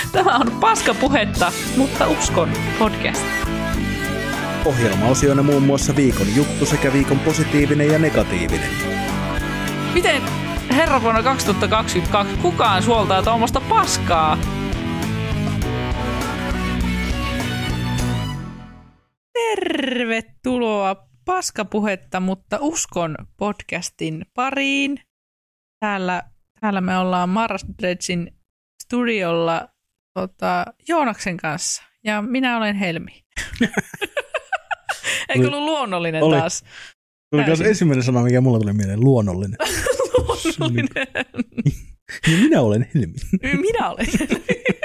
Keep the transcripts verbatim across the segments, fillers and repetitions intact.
Tämä on Paskapuhetta, mutta uskon podcast. Ohjelmaosioina muun muassa viikon juttu sekä viikon positiivinen ja negatiivinen. Miten herra vuonna kaksituhattakaksikymmentäkaksi kukaan suoltaa tuommoista paskaa? Tervetuloa Paskapuhetta, mutta uskon podcastin pariin. Täällä, täällä me ollaan Mars Dredgin studiolla tota, Joonaksen kanssa ja minä olen Helmi. Eikö ollut luonnollinen oli, taas? Tuli myös ensimmäinen sana, mikä mulla tuli mieleen, luonnollinen. Luonnollinen. Ja minä olen Helmi. Minä olen Helmi.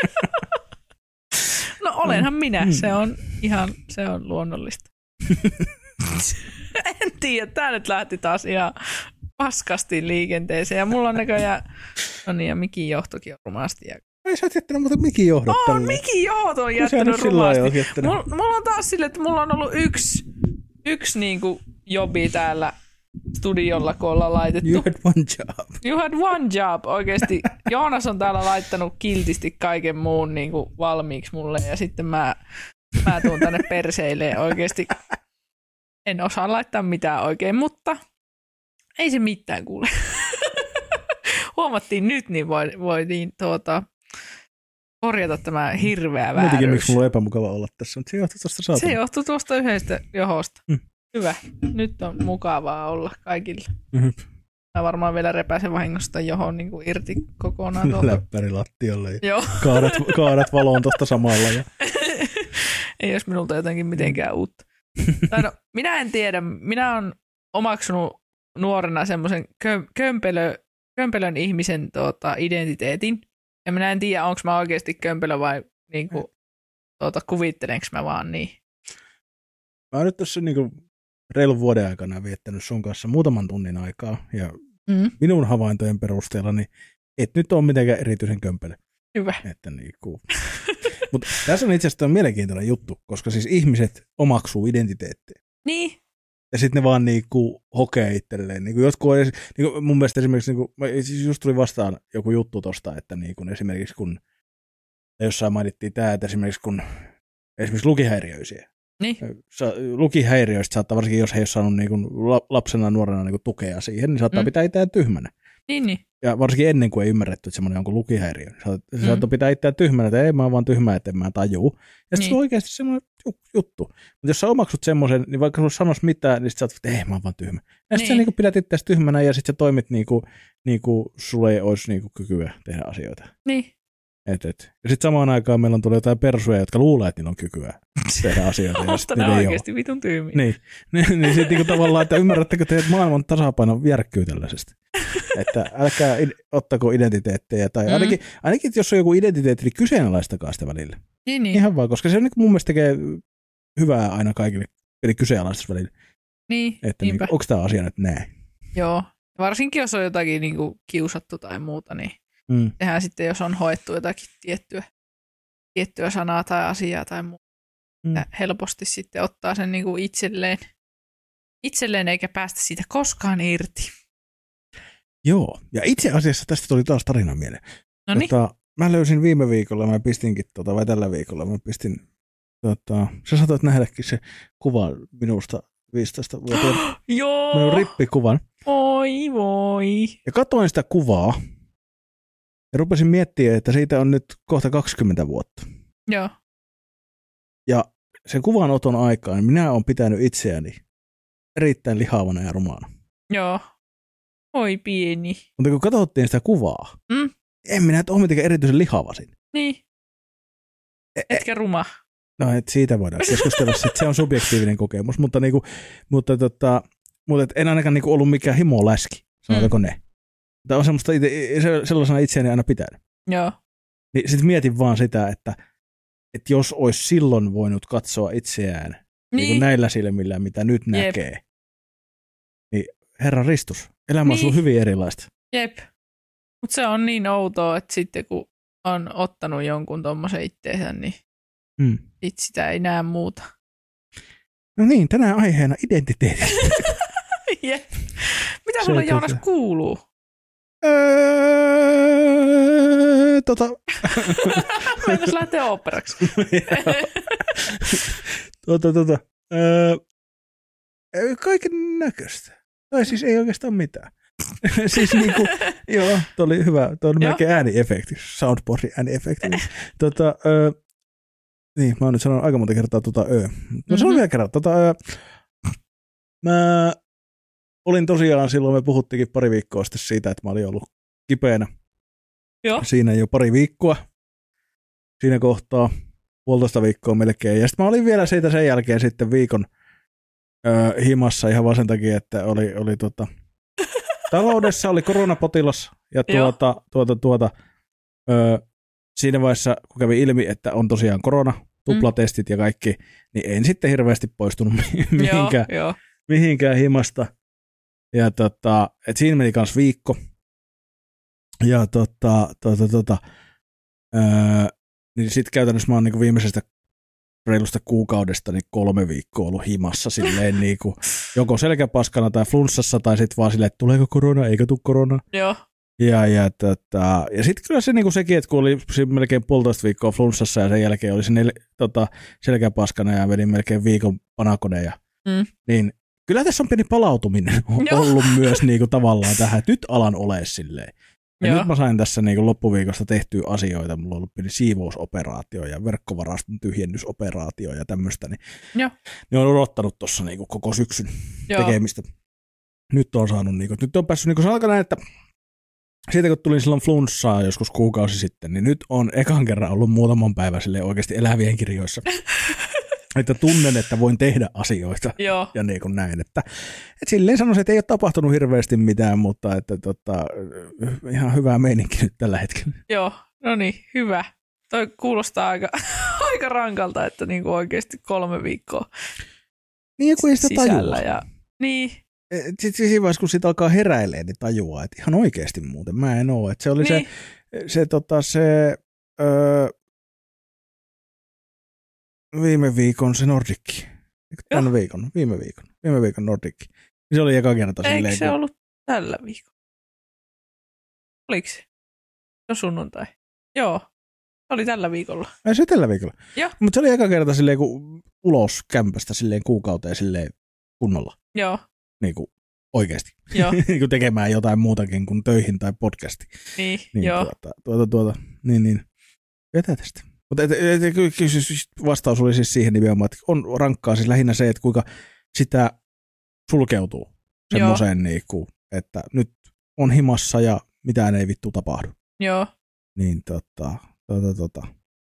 No olenhan minä, se on ihan, se on luonnollista. En tiedä, tää nyt lähti taas ihan paskasti liikenteeseen ja mulla on näköjään, no niin ja mikin johtokin on rumaasti. Ei sä oot jättänyt muuta mikin johdot oh, tälleen. mikin johto on jättänyt rumaasti. Mulla, mulla on taas sille, että mulla on ollut yksi, yksi niinku jobi täällä studiolla, kun ollaan laitettu. You had one job. You had one job. Oikeesti Joonas on täällä laittanut kiltisti kaiken muun niinku valmiiksi mulle ja sitten mä, mä tuun tänne perseileen oikeesti. En osaa laittaa mitään oikein, mutta ei se mitään kuule. Huomattiin nyt, niin voitiin tuota, korjata tämä hirveä vääryys. Mietinkin, miksi mulla on epämukava olla tässä, mutta se johtuu tuosta saatana. Se johtuu tuosta yhdestä johosta. Mm. Hyvä. Nyt on mukavaa olla kaikille. Mm-hmm. Mä varmaan vielä repäisen vahingosta johon niin kuin irti kokonaan tuolta. Läppäri lattialle ja Joo. kaadat, kaadat valoon tuosta samalla. Ja... Ei olisi minulta jotenkin mitenkään uutta. Tai no, minä en tiedä. Minä olen omaksunut nuorena semmoisen kömpelö, kömpelön ihmisen tuota, identiteetin. Ja minä en tiedä, onko mä oikeasti kömpelö vai niin kuin, tuota, kuvittelenko mä vaan niin. Mä oon nyt tässä niin kuin reilun vuoden aikana viettänyt sun kanssa muutaman tunnin aikaa. Ja mm. minun havaintojen perusteella, niin et nyt ole mitenkään erityisen kömpelö. Hyvä. Että niin kuin. Mutta tässä on itse asiassa mielenkiintoinen juttu, koska siis ihmiset omaksuu identiteettiä. Niin. Ja sitten ne vaan niinku hokee itselleen. Niinku jotkut, niinku mun mielestä esimerkiksi, niinku, siis just tuli vastaan joku juttu tosta, että niinku esimerkiksi kun, jossain mainittiin tämä, että esimerkiksi kun, esimerkiksi lukihäiriöisiä. Niin. Lukihäiriöistä saattaa, varsinkin jos he ei ole saanut niinku lapsena nuorena niinku tukea siihen, niin saattaa mm. pitää itseään tyhmänä. Niin, niin. Ja varsinkin ennen kuin ei ymmärretty, että semmoinen onko lukihäiriö. Se mm. saattaa pitää itseään tyhmänä, että ei mä oon vaan tyhmä, että en mä tajuu. Ja sitten niin. Se on oikeasti semmoinen juttu. Mutta jos sä omaksut semmoisen, niin vaikka sulla sanoisi mitään, niin sitten sä oot, että ei mä oon vaan tyhmä. Ja sitten niin. Sä niinku pidät itseäsi tyhmänä ja sitten sä toimit niin kuin niinku sulla ei olisi niinku kykyä tehdä asioita. Niin. Et, et. Ja sitten samaan aikaan meillä on tullut jotain persuja, jotka luulee, että niillä on kykyä tehdä asioita. Mutta ne oikeasti vitun tyhmiä. Niin, niin, niin sitten niinku tavallaan, että ymmärrättekö te, että maailman tasapaino järkkyy tällaisesti. Että älkää ottako identiteettejä, tai mm. ainakin, ainakin jos on joku identiteetti, niin kyseenalaistakaa sitä välillä. Niin, niin. Ihan vaan, koska se on niin mun mielestä tekee hyvää aina kaikille, eli kyseenalaistus välillä. Niin, että niin, onko tämä asia nyt näin? Joo, varsinkin jos on jotakin niin kuin kiusattu tai muuta, niin mm. tehdään sitten, jos on hoettu jotakin tiettyä, tiettyä sanaa tai asiaa tai muuta. Mm. Helposti sitten ottaa sen niin kuin itselleen, itselleen eikä päästä siitä koskaan irti. Joo, ja itse asiassa tästä tuli taas tarina mieleen. Noniin. Tota, mä löysin viime viikolla, mä pistinkin, tota, vai tällä viikolla, mä pistin, tota, sä saatoit nähdäkin se kuva minusta viisitoistavuotiaana. Joo. Minun rippikuvan. Oi voi. Ja katsoin sitä kuvaa ja rupesin miettimään, että siitä on nyt kohta kaksikymmentä vuotta. Joo. Ja sen kuvanoton aikaan minä olen pitänyt itseäni erittäin lihavana ja rumaana. Joo. Oi pieni. Mutta kun katsottiin sitä kuvaa, mm? en minä ole mitenkään erityisen lihavasin. Niin. Etkä ruma. No, et siitä voidaan keskustella, että se on subjektiivinen kokemus, mutta, niinku, mutta, tota, mutta et en ainakaan niinku ollut mikään himoläski, sanotaanko mm. ne. Tämä on semmoista ite, sellaisena itseäni aina pitänyt. Joo. Niin sitten mietin vaan sitä, että, että jos olisi silloin voinut katsoa itseään niin. Niin näillä silmillä, mitä nyt Jep. näkee, niin herra ristus, elämä niin. on ollut hyvin erilaista. Jep, mutta se on niin outoa, että sitten kun on ottanut jonkun tommosen itteensä, niin hmm. sit sitä ei näe muuta. No niin, tänään aiheena identiteetti. Jep. Mitä sulla Joonas kuuluu? Öö, nyt tota... Voitaisiin lähteä oopperaksi. tuota, tuota, öö, kaiken näköistä. Tai siis ei oikeastaan mitään. siis niinku, joo, toi oli hyvä. Toi oli melkein ääniefekti, soundboardin ääniefekti. tota, öö, niin, mä oon nyt sanonut aika monta kertaa tota öö. No mm-hmm. sanon vielä kerran. Tota, öö, mä olin tosiaan silloin, me puhuttiinkin pari viikkoa sitten siitä, että mä olin ollut kipeänä. Joo. Siinä jo pari viikkoa. Siinä kohtaa puolitoista viikkoa melkein. Ja sitten mä olin vielä siitä sen jälkeen sitten viikon öö, himassa ihan vaan sen takia, että oli, oli tota, taloudessa oli koronapotilas ja tuota, tuota, tuota, öö, siinä vaiheessa, kun kävi ilmi, että on tosiaan korona, tuplatestit mm. ja kaikki, niin en sitten hirveästi poistunut mihinkään, joo, jo. mihinkään himasta. Ja tota, et siinä meni kans viikko. Ja tota, tota, tota, öö, niin sitten käytännössä mä oon niinku viimeisestä reilusta kuukaudesta niin kolme viikkoa ollut himassa silleen niinku joko selkäpaskana tai flunssassa tai sitten vaan silleen, että tuleeko korona, eikä tule korona. Joo. Ja, ja, tota, ja sitten kyllä se niinku sekin, että kun oli melkein puolitoista viikkoa flunssassa ja sen jälkeen oli se nel, tota, selkäpaskana ja vedin melkein viikon panakoneja, mm. niin kyllä tässä on pieni palautuminen ollut myös niinku tavallaan tähän, että nyt alan ole silleen. Ja Joo. nyt mä sain tässä niin kuin loppuviikosta tehtyä asioita. Mulla on ollut pieni siivousoperaatio ja verkkovaraston tyhjennysoperaatio ja tämmöistä. Niin ne on odottanut tuossa niin kuin koko syksyn Joo. tekemistä. Nyt on saanut, niin kuin, nyt on päässyt, niin kuin sanotaan näin, että siitä kun tulin silloin flunssaa joskus kuukausi sitten, niin nyt on ekan kerran ollut muutaman päivän silleen oikeasti elävien kirjoissa. Että tunnen, että voin tehdä asioita Joo. ja niin kuin näin. Että, että silleen sanoisin, että ei ole tapahtunut hirveästi mitään, mutta että, tota, ihan hyvä meininki nyt tällä hetkellä. Joo, no niin, hyvä. Toi kuulostaa aika, aika rankalta, että niin kuin oikeasti kolme viikkoa niin, kun ei sitä sisällä. tajua. Ja, niin. Sitten siinä vaiheessa, kun sitä alkaa heräilemään, niin tajuaa, että ihan oikeasti muuten mä en ole. Että se oli niin. se, se, tota, se öö, viime viikon se Nordicki. Tämän viikon, viime viikon, viime viikon Nordicki. Se oli eka kerta silleen. Eikö se kun... ollut tällä viikolla? Oliko se? No sunnuntai. Joo, oli tällä viikolla. Ei se tällä viikolla. Joo. Mutta se oli eka kerta silleen, kun ulos kämpästä silleen kuukauteen silleen kunnolla. Joo. Niin kuin oikeasti. Joo. niin kuin tekemään jotain muutakin kuin töihin tai podcastiin. Niin, niin joo. Tuota, tuota, tuota, niin, niin. Vetä tästä. Mutta vastaus oli siis siihen nimenomaan, että on rankkaa siis lähinnä se, että kuinka sitä sulkeutuu semmoiseen, niin kuin, että nyt on himassa ja mitään ei vittu tapahdu. Joo. Niin tota, tota, tota.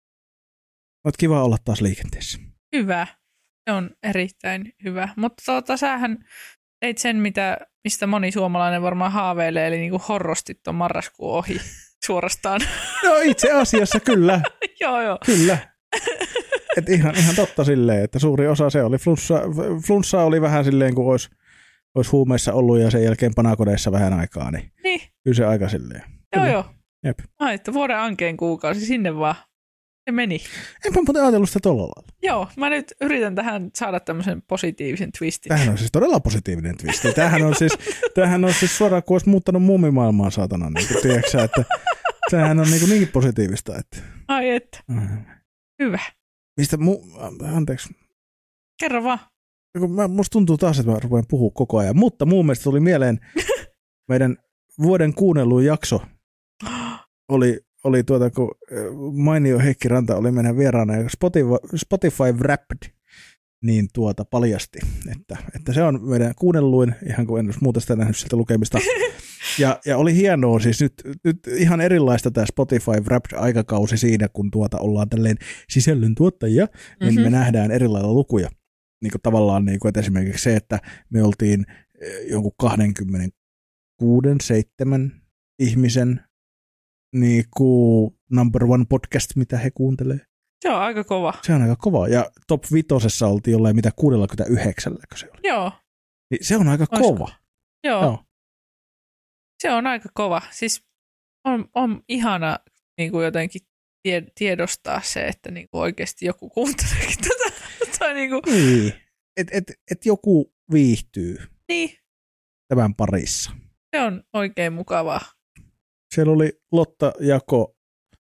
Oot kiva olla taas liikenteessä. Hyvä. Se on erittäin hyvä. Mutta tuota, sähän teit sen, mitä, mistä moni suomalainen varmaan haaveilee, eli niinku horrostit ton marraskuun ohi suorastaan. No itse asiassa kyllä. joo, joo. Kyllä. Et ihan, ihan totta silleen, että suuri osa se oli. Flunssa, flunssa oli vähän silleen, kuin olisi, olisi huumeissa ollut ja sen jälkeen panakodeissa vähän aikaa. Niin, niin. Kyllä se aika silleen. Joo, kyllä. joo. Jep. Ai, että vuoden ankeen kuukausi, sinne vaan. Se meni. Enpä muuten ajatellut sitä tolla lailla. Joo, mä nyt yritän tähän saada tämmöisen positiivisen twistin. Tämähän on siis todella positiivinen twisti. Tämähän on siis, tämähän on siis suoraan, kun olisi muuttanut muumimaailmaa saatana. Niin kuin, tiedätkö, että tämähän on niin, niin positiivista. Että... Ai että. Hyvä. Mistä mu... Anteeksi. Kerro vaan. Mä, musta tuntuu taas, että mä rupean puhua koko ajan. Mutta muun mielestä tuli mieleen meidän vuoden kuunnelluin jakso. Oli... oli tuota, kun mainio Heikki Ranta oli meidän vieraana ja Spotify, Spotify Wrapped, niin tuota paljasti, että, että se on meidän kuunnelluin, ihan kuin en olisi muuta sitä nähnyt sieltä lukemista. Ja, ja oli hienoa, siis nyt, nyt ihan erilaista tämä Spotify Wrapped-aikakausi siinä, kun tuota ollaan tälleen sisällön tuottajia, mm-hmm. niin me nähdään eri lailla lukuja. Niin kuin tavallaan, niin kuin, että esimerkiksi se, että me oltiin jonkun kaksikymmentäkuusi seitsemän ihmisen niin kuin number one podcast, mitä he kuuntelee. Se on aika kova. Se on aika kova. Ja top vitosessa oltiin jollain mitä kuusikymmentäyhdeksän, se oli. Joo. Niin se on aika Olisiko? kova. Joo. Joo. Se on aika kova. Siis on, on ihana niin kuin jotenkin tie, tiedostaa se, että niin kuin oikeasti joku kuunteleekin tätä. tai niin, kuin... niin. Että et, et joku viihtyy niin. tämän parissa. Se on oikein mukavaa. Siellä oli Lotta jako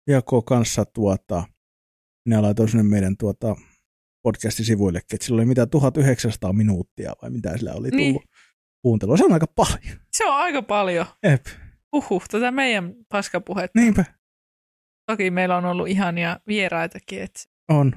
jako kanssa tuota, minä laitoin sinne meidän tuota podcastisivuillekin, että sillä oli mitä tuhatyhdeksänsataa minuuttia vai mitä sillä oli tullut niin. kuuntelua. Se on aika paljon. Se on aika paljon. Ep. Uhuh, tätä meidän paskapuhetta. Niinpä. Toki meillä on ollut ihania vieraitakin. Että... On.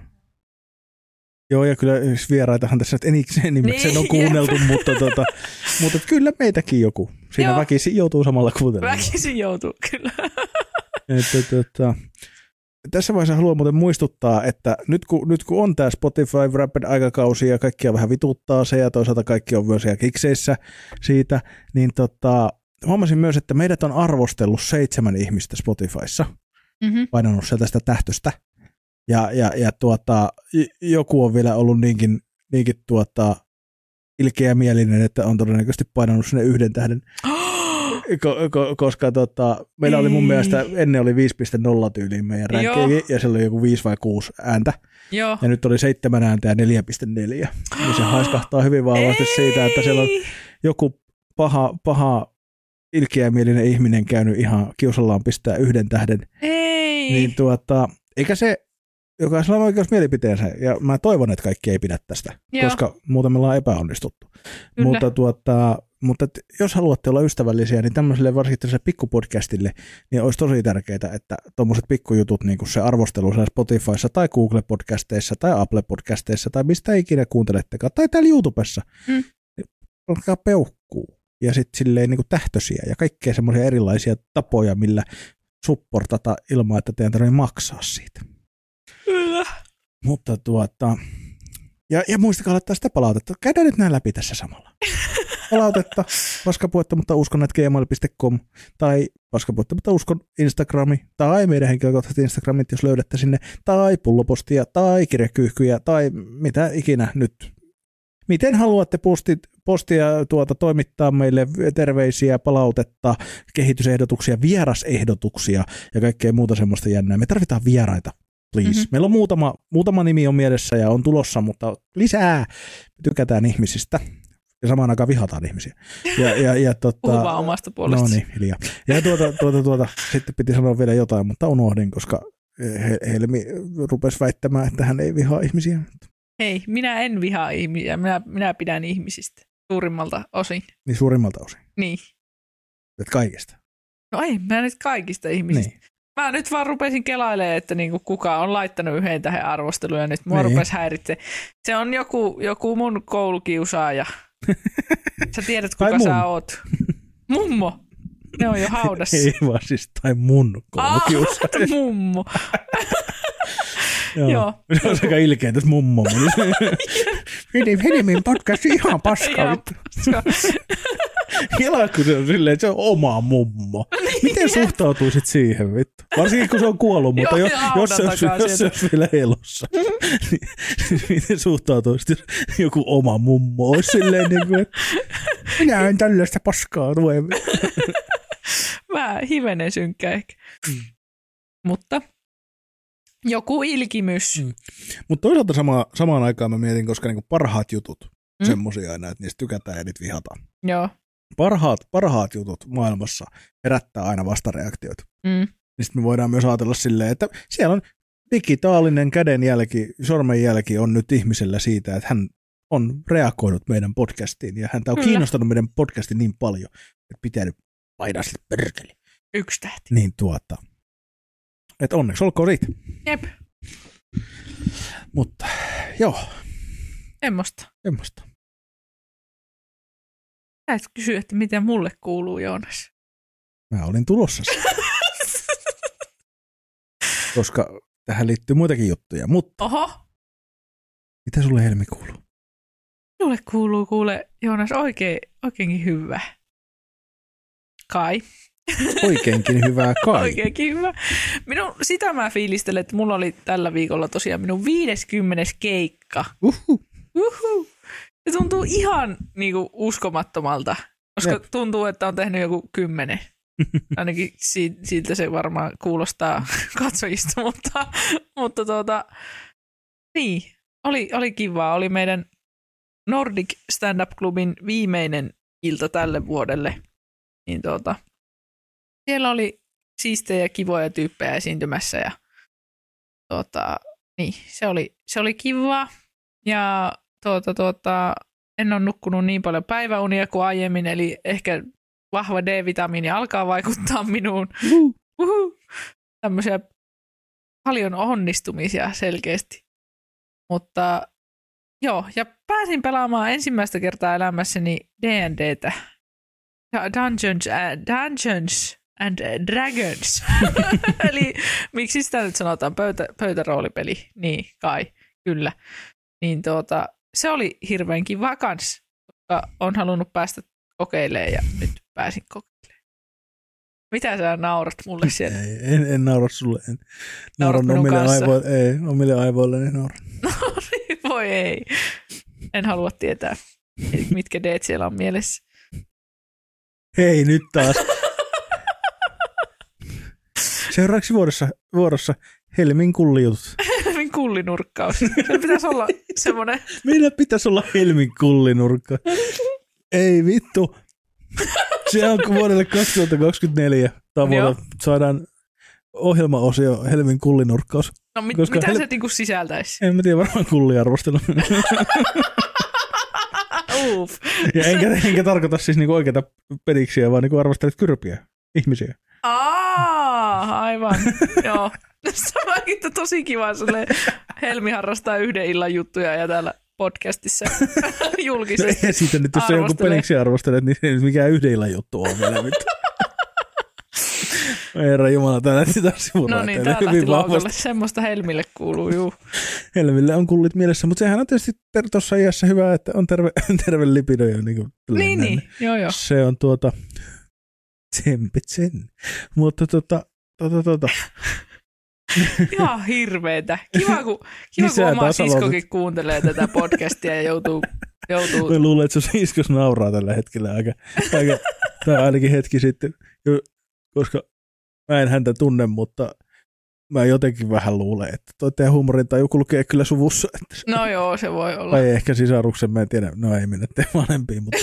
Joo, ja kyllä vieraitahan tässä nyt enimmäkseen niin, on kuunneltu, jep. mutta, tota, mutta kyllä meitäkin joku. Siinä Joo. väkisin joutuu samalla kuuntelemaan. Väkisin joutuu, kyllä. Että, tota, tässä vaiheessa haluan muuten muistuttaa, että nyt kun, nyt kun on tämä Spotify Wrapped-aikakausi ja kaikkia vähän vituttaa se ja toisaalta kaikki on myös siellä kikseissä siitä, niin tota, huomasin myös, että meidät on arvostellut seitsemän ihmistä Spotifyssa, mm-hmm. painanut sieltä sitä tähtöstä. Ja, ja, ja tuota, joku on vielä ollut niinkin, niinkin tuota, ilkeämielinen, että on todennäköisesti painanut sinne yhden tähden. Ko, ko, koska tota, meillä Ei. oli mun mielestä, ennen oli viisi piste nolla tyyliin meidän rankingi, ja siellä oli joku viisi vai kuusi ääntä. Joo. Ja nyt oli seitsemän ääntä ja neljä pilkku neljä. Niin se haiskahtaa hyvin vahvasti Ei. siitä, että siellä on joku paha, paha ilkeämielinen ihminen käynyt ihan kiusallaan pistää yhden tähden. Ei. Niin tuota, eikä se, jokaisella on oikeus mielipiteensä, ja mä toivon, että kaikki ei pidä tästä, Joo. koska muuten me ollaan epäonnistuttu. Kyllä. Mutta tuota... Mutta jos haluatte olla ystävällisiä, niin tämmöiselle varsinkin tämmöiselle pikkupodcastille, niin olisi tosi tärkeää, että tuommoiset pikkujutut, niin kuin se arvostelu siellä Spotifyssa tai Google-podcasteissa tai Apple-podcasteissa tai mistä ikinä kuuntelettekaan, tai täällä YouTubessa, mm. niin alkaa peukkuu. Ja sitten silleen niin kuin tähtöisiä ja kaikkea semmoisia erilaisia tapoja, millä supportata ilman, että teidän tarvitsee maksaa siitä. Kyllä. Mutta tuota... Ja, ja muistakaa laittaa sitä palautetta. Käydään nyt näin läpi tässä samalla. Palautetta, paskapuhetta, mutta uskon, että gmail piste com tai paskapuhetta, mutta uskon Instagrami tai meidän henkilökohtaiset Instagramit, jos löydätte sinne, tai pullopostia, tai kirjakyyhkyjä, tai mitä ikinä nyt. Miten haluatte postit, postia tuota, toimittaa meille terveisiä, palautetta, kehitysehdotuksia, vierasehdotuksia ja kaikkea muuta semmoista jännää. Me tarvitaan vieraita. Please. Mm-hmm. Meillä on muutama, muutama nimi on mielessä ja on tulossa, mutta lisää. Me tykätään ihmisistä ja samaan aikaan vihataan ihmisiä. Ja, ja, ja, tota, Puhu vaan omasta puolesta. No niin, hiljaa. Ja tuota, tuota, tuota, sitten piti sanoa vielä jotain, mutta unohdin, koska Helmi rupesi väittämään, että hän ei vihaa ihmisiä. Hei, minä en vihaa ihmisiä. Minä, minä pidän ihmisistä suurimmalta osin. Niin suurimmalta osin? Niin. Et kaikista? No ei, mä nyt kaikista ihmisistä. Niin. Mä nyt vaan rupesin kelailemaan, että niinku kuka on laittanut yhden tähän arvosteluun ja nyt mua niin. rupesi häiritsemään. Se on joku, joku mun koulukiusaaja. Sä tiedät, kuka sä oot. Mummo. Ne on jo haudassa. Ei vaan siis, tai mun koulukiusaaja. Ah, mummo. Joo. Joo. Se on aika ilkeä tässä mummo. Helimin podcast ihan paska. Ihan paska. Kelaa, kun se on silleen, että se on oma mummo. Miten suhtautuisit siihen, vittu? Varsinkin, kun se on kuollut, mutta jos, jos, se, olisi, jos se olisi vielä elossa. niin, miten suhtautuisit, jos joku oma mummo olisi silleen, niin kuin, minä en tällaista paskaa tue. Vähän hivenen synkkä ehkä. Mm. Mutta joku ilkimys. Mm. Mutta toisaalta sama, samaan aikaan mä mietin, koska niinku parhaat jutut, mm. semmosia aina, että niistä tykätään ja niitä vihataan. Joo. Parhaat, parhaat jutut maailmassa herättää aina vastareaktioita. Mm. Niin sitten me voidaan myös ajatella silleen, että siellä on digitaalinen kädenjälki, sormenjälki on nyt ihmisellä siitä, että hän on reagoinut meidän podcastiin ja häntä on Kyllä. kiinnostanut meidän podcastin niin paljon, että pitää nyt painaa sille perkele. Yksi tähti. Niin tuota. Että onneksi olkoon siitä. Jep. Mutta joo. Emmosta. Emmosta. Sä et kysy, että miten mulle kuuluu, Joonas. Mä olin tulossa. Koska tähän liittyy muitakin juttuja, mutta Oho. Mitä sulle Helmi kuuluu? Minulle kuuluu kuule, Joonas, oikein, oikeinkin hyvä. Kai. Oikeinkin hyvää kai. Oikeinkin hyvä. Minun, sitä mä fiilistelen, että mulla oli tällä viikolla tosiaan minun viideskymmenes keikka. Uhu. Uhu. Se tuntuu ihan niinku uskomattomalta, koska Jep. tuntuu, että on tehnyt joku kymmenen. Ainakin siltä se varmaan kuulostaa katsojista, mutta, mutta tuota, niin, oli, oli kivaa. Oli meidän Nordic Stand-up Clubin viimeinen ilta tälle vuodelle. Niin tuota, siellä oli siistejä ja kivoja tyyppejä esiintymässä ja tuota, niin, se oli, se oli kivaa ja tuota, tuota, en ole nukkunut niin paljon päiväunia kuin aiemmin, eli ehkä vahva D-vitamiini alkaa vaikuttaa minuun. Uhu. Tämmöisiä paljon onnistumisia selkeästi. Mutta joo, ja pääsin pelaamaan ensimmäistä kertaa elämässäni D and D:tä. Dungeons, uh, Dungeons and Dragons. Eli miksi sitä nyt sanotaan pöytä, pöytäroolipeli? Niin, kai, kyllä. Niin tuota, se oli hirveän kiva kans, koska on halunnut päästä kokeilemaan ja nyt pääsin kokeilemaan. Mitä sä naurat mulle siellä? Ei, en, en naura sulle. En. Nauran omille, aivo, ei, omille aivoille, niin nauran. No niin, voi ei. En halua tietää, mitkä deet siellä on mielessä. Hei, nyt taas. Seuraavaksi vuorossa, vuorossa Helmin kullijutut. Helmin kullinurkkaus. Se pitäisi olla semmoinen. Meillä pitäisi olla Helmin kullinurkka. Ei vittu. Se on vuodelle kaksituhattakaksikymmentäneljä tavoite. Saadaan ohjelmaosio Helmin kullinurkkaus. No mit, mitä Hel... se niinku sisältäisi? En mä tiedä, varmaan kulliarvostelu. Uff. Ja enkä, enkä tarkoita siis niinku oikeita pediksiä, vaan niinku arvostelet kyrpiä ihmisiä. Aa, aivan. Joo. Se on tosi kiva, silleen Helmi harrastaa yhden illan juttuja ja täällä podcastissa julkisesti. No esitä nyt, jos sä jonkun peliksi arvostelet, niin se ei nyt mikään yhden illan juttu on vielä nyt. Herra Jumala, tää lähti taas sivuun. No niin, tää lähti laukalle. Semmoista Helmille kuuluu, juu. Helmille on kullit mielessä, mutta sehän on tietysti tuossa iässä hyvä, että on terve, terve lipido. Ja niin, kuin niin, niin, joo joo. Se on tuota, tsempitsen. Mutta tota, tota, tota. Ihan hirveetä. Kiva, kun, kiva, kun oma siskokin kuuntelee tätä podcastia ja joutuu... joutuu... Mä luulen, että se siskos nauraa tällä hetkellä aika, aika tai ainakin hetki sitten, koska mä en häntä tunne, mutta mä jotenkin vähän luulen, että toi teidän huumorintaju kulkee kyllä suvussa. Että... No joo, se voi olla. Tai ehkä sisaruksen, mä en tiedä, no ei mennä teidän vanhempiin, mutta...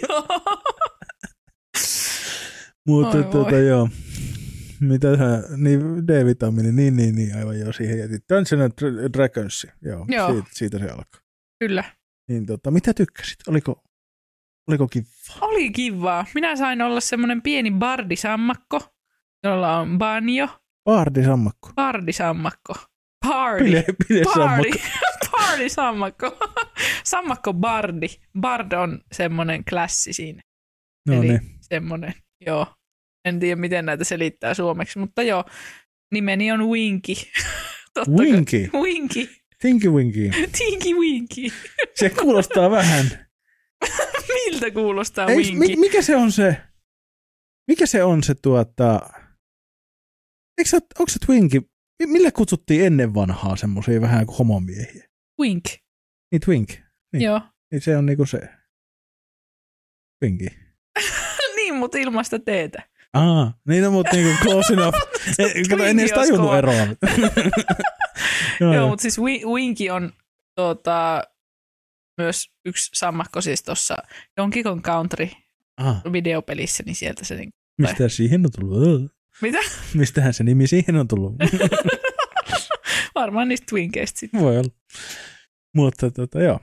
mutta tuota joo. Mitä hän, niin D-vitamiini, niin, niin, niin, aivan joo, siihen jätit. Dungeons and Dragons, joo, joo. Siitä, siitä se alkoi. Kyllä. Niin tota, mitä tykkäsit? Oliko, oliko kivaa? Oli kivaa. Minä sain olla semmoinen pieni bardisammakko, jolla on banjo. Bardisammakko? Bardisammakko. Party. Pile, pile Party. Party-sammakko. Sammakko bardi. Bard on semmoinen klassi siinä. No eli niin. Semmoinen, joo. En tiedä, miten näitä selittää suomeksi, mutta joo, nimeni on Winky. Winky? Winky. Tinky Winky. Tinky Winky. Se kuulostaa vähän. Miltä kuulostaa Ei, Winky? Mi- mikä se on se, mikä se on se tuota, eikö sä, onko se Twinky, millä kutsuttiin ennen vanhaa semmoisia vähän kuin homomiehiä? Wink. Niin Twink. Niin. Joo. Niin se on niinku se. Winky. Niin, mutta ilmasta teetä. Aa, niin on mutta niinku close enough. Kato, en edes tajunnut eroa. Joo, Joo mutta siis Winky on tuota, myös yksi sammakko siis tuossa Donkey Kong Country Aha. videopelissä, niin sieltä se niin... Mistähän siihen on tullut? Mitä? Mistähän se nimi siihen on tullut? Varmaan niistä Twinkeistä sitten. Voi olla. Mutta tota, joo.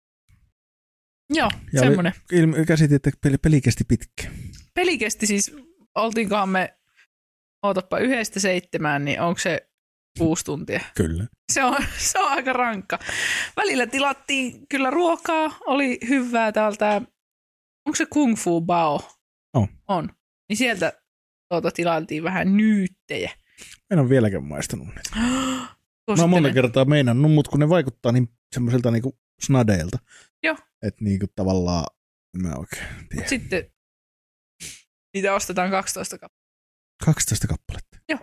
Joo, ja semmoinen. Ilme- käsitin, että peli, peli kesti pitkä. Peli kesti siis, oltiinkohan me, ootappa yhdestä seitsemään, niin onko se kuusi tuntia? Kyllä. Se on, se on aika rankka. Välillä tilattiin kyllä ruokaa, oli hyvää täältä, onko se Kung Fu Bao? On. On. Niin sieltä tuota, tilailtiin vähän nyyttejä. En ole vieläkään maistanut niitä. Mä oon monta kertaa meinannut, mutta kun ne vaikuttaa niin semmoiselta niinku snadeilta. Joo. Että niinku tavallaan, en mä oikein tiedä. Mut sitten niitä ostetaan kaksitoista kappaletta. kaksitoista kappaletta? Joo.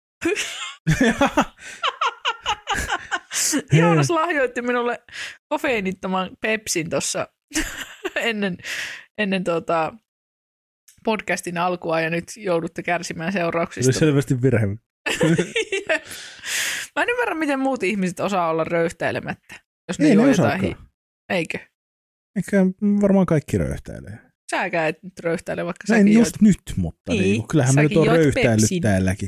Joonas lahjoitti minulle kofeiinittoman Pepsin tuossa ennen, ennen tuota podcastin alkua ja nyt joudutte kärsimään seurauksista. Se on selvästi virhe. Mä en ymmärrä, miten muut ihmiset osaa olla röyhtäilemättä, jos ne Ei, juo ne jotain. Hi- Eikö? Eikä varmaan kaikki röyhtäilee. säkään et nyt röyhtäile, vaikka no säkin en joit. just nyt, mutta niin, niin, kyllähän mä nyt oon röyhtäillyt Pepsin täälläkin.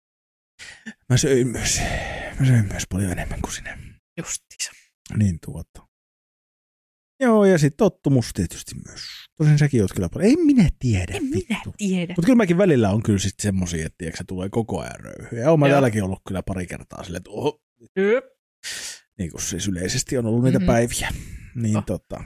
Mä söin myös, mä söin myös paljon enemmän kuin sinä. Justiinsa. Niin tuota. Joo, ja sitten tottumus tietysti myös. Tosin säkin oot kyllä paljon. En minä tiedä. En minä tiedä. Mutta kyllä mäkin välillä on kyllä sitten semmosia, että tiedätkö, se tulee koko ajan röyhyä. Ja oon mä täälläkin ollut kyllä pari kertaa silleen, että oho. Jep. Niin kuin siis yleisesti on ollut niitä mm-hmm. päiviä. Niin oh. tota.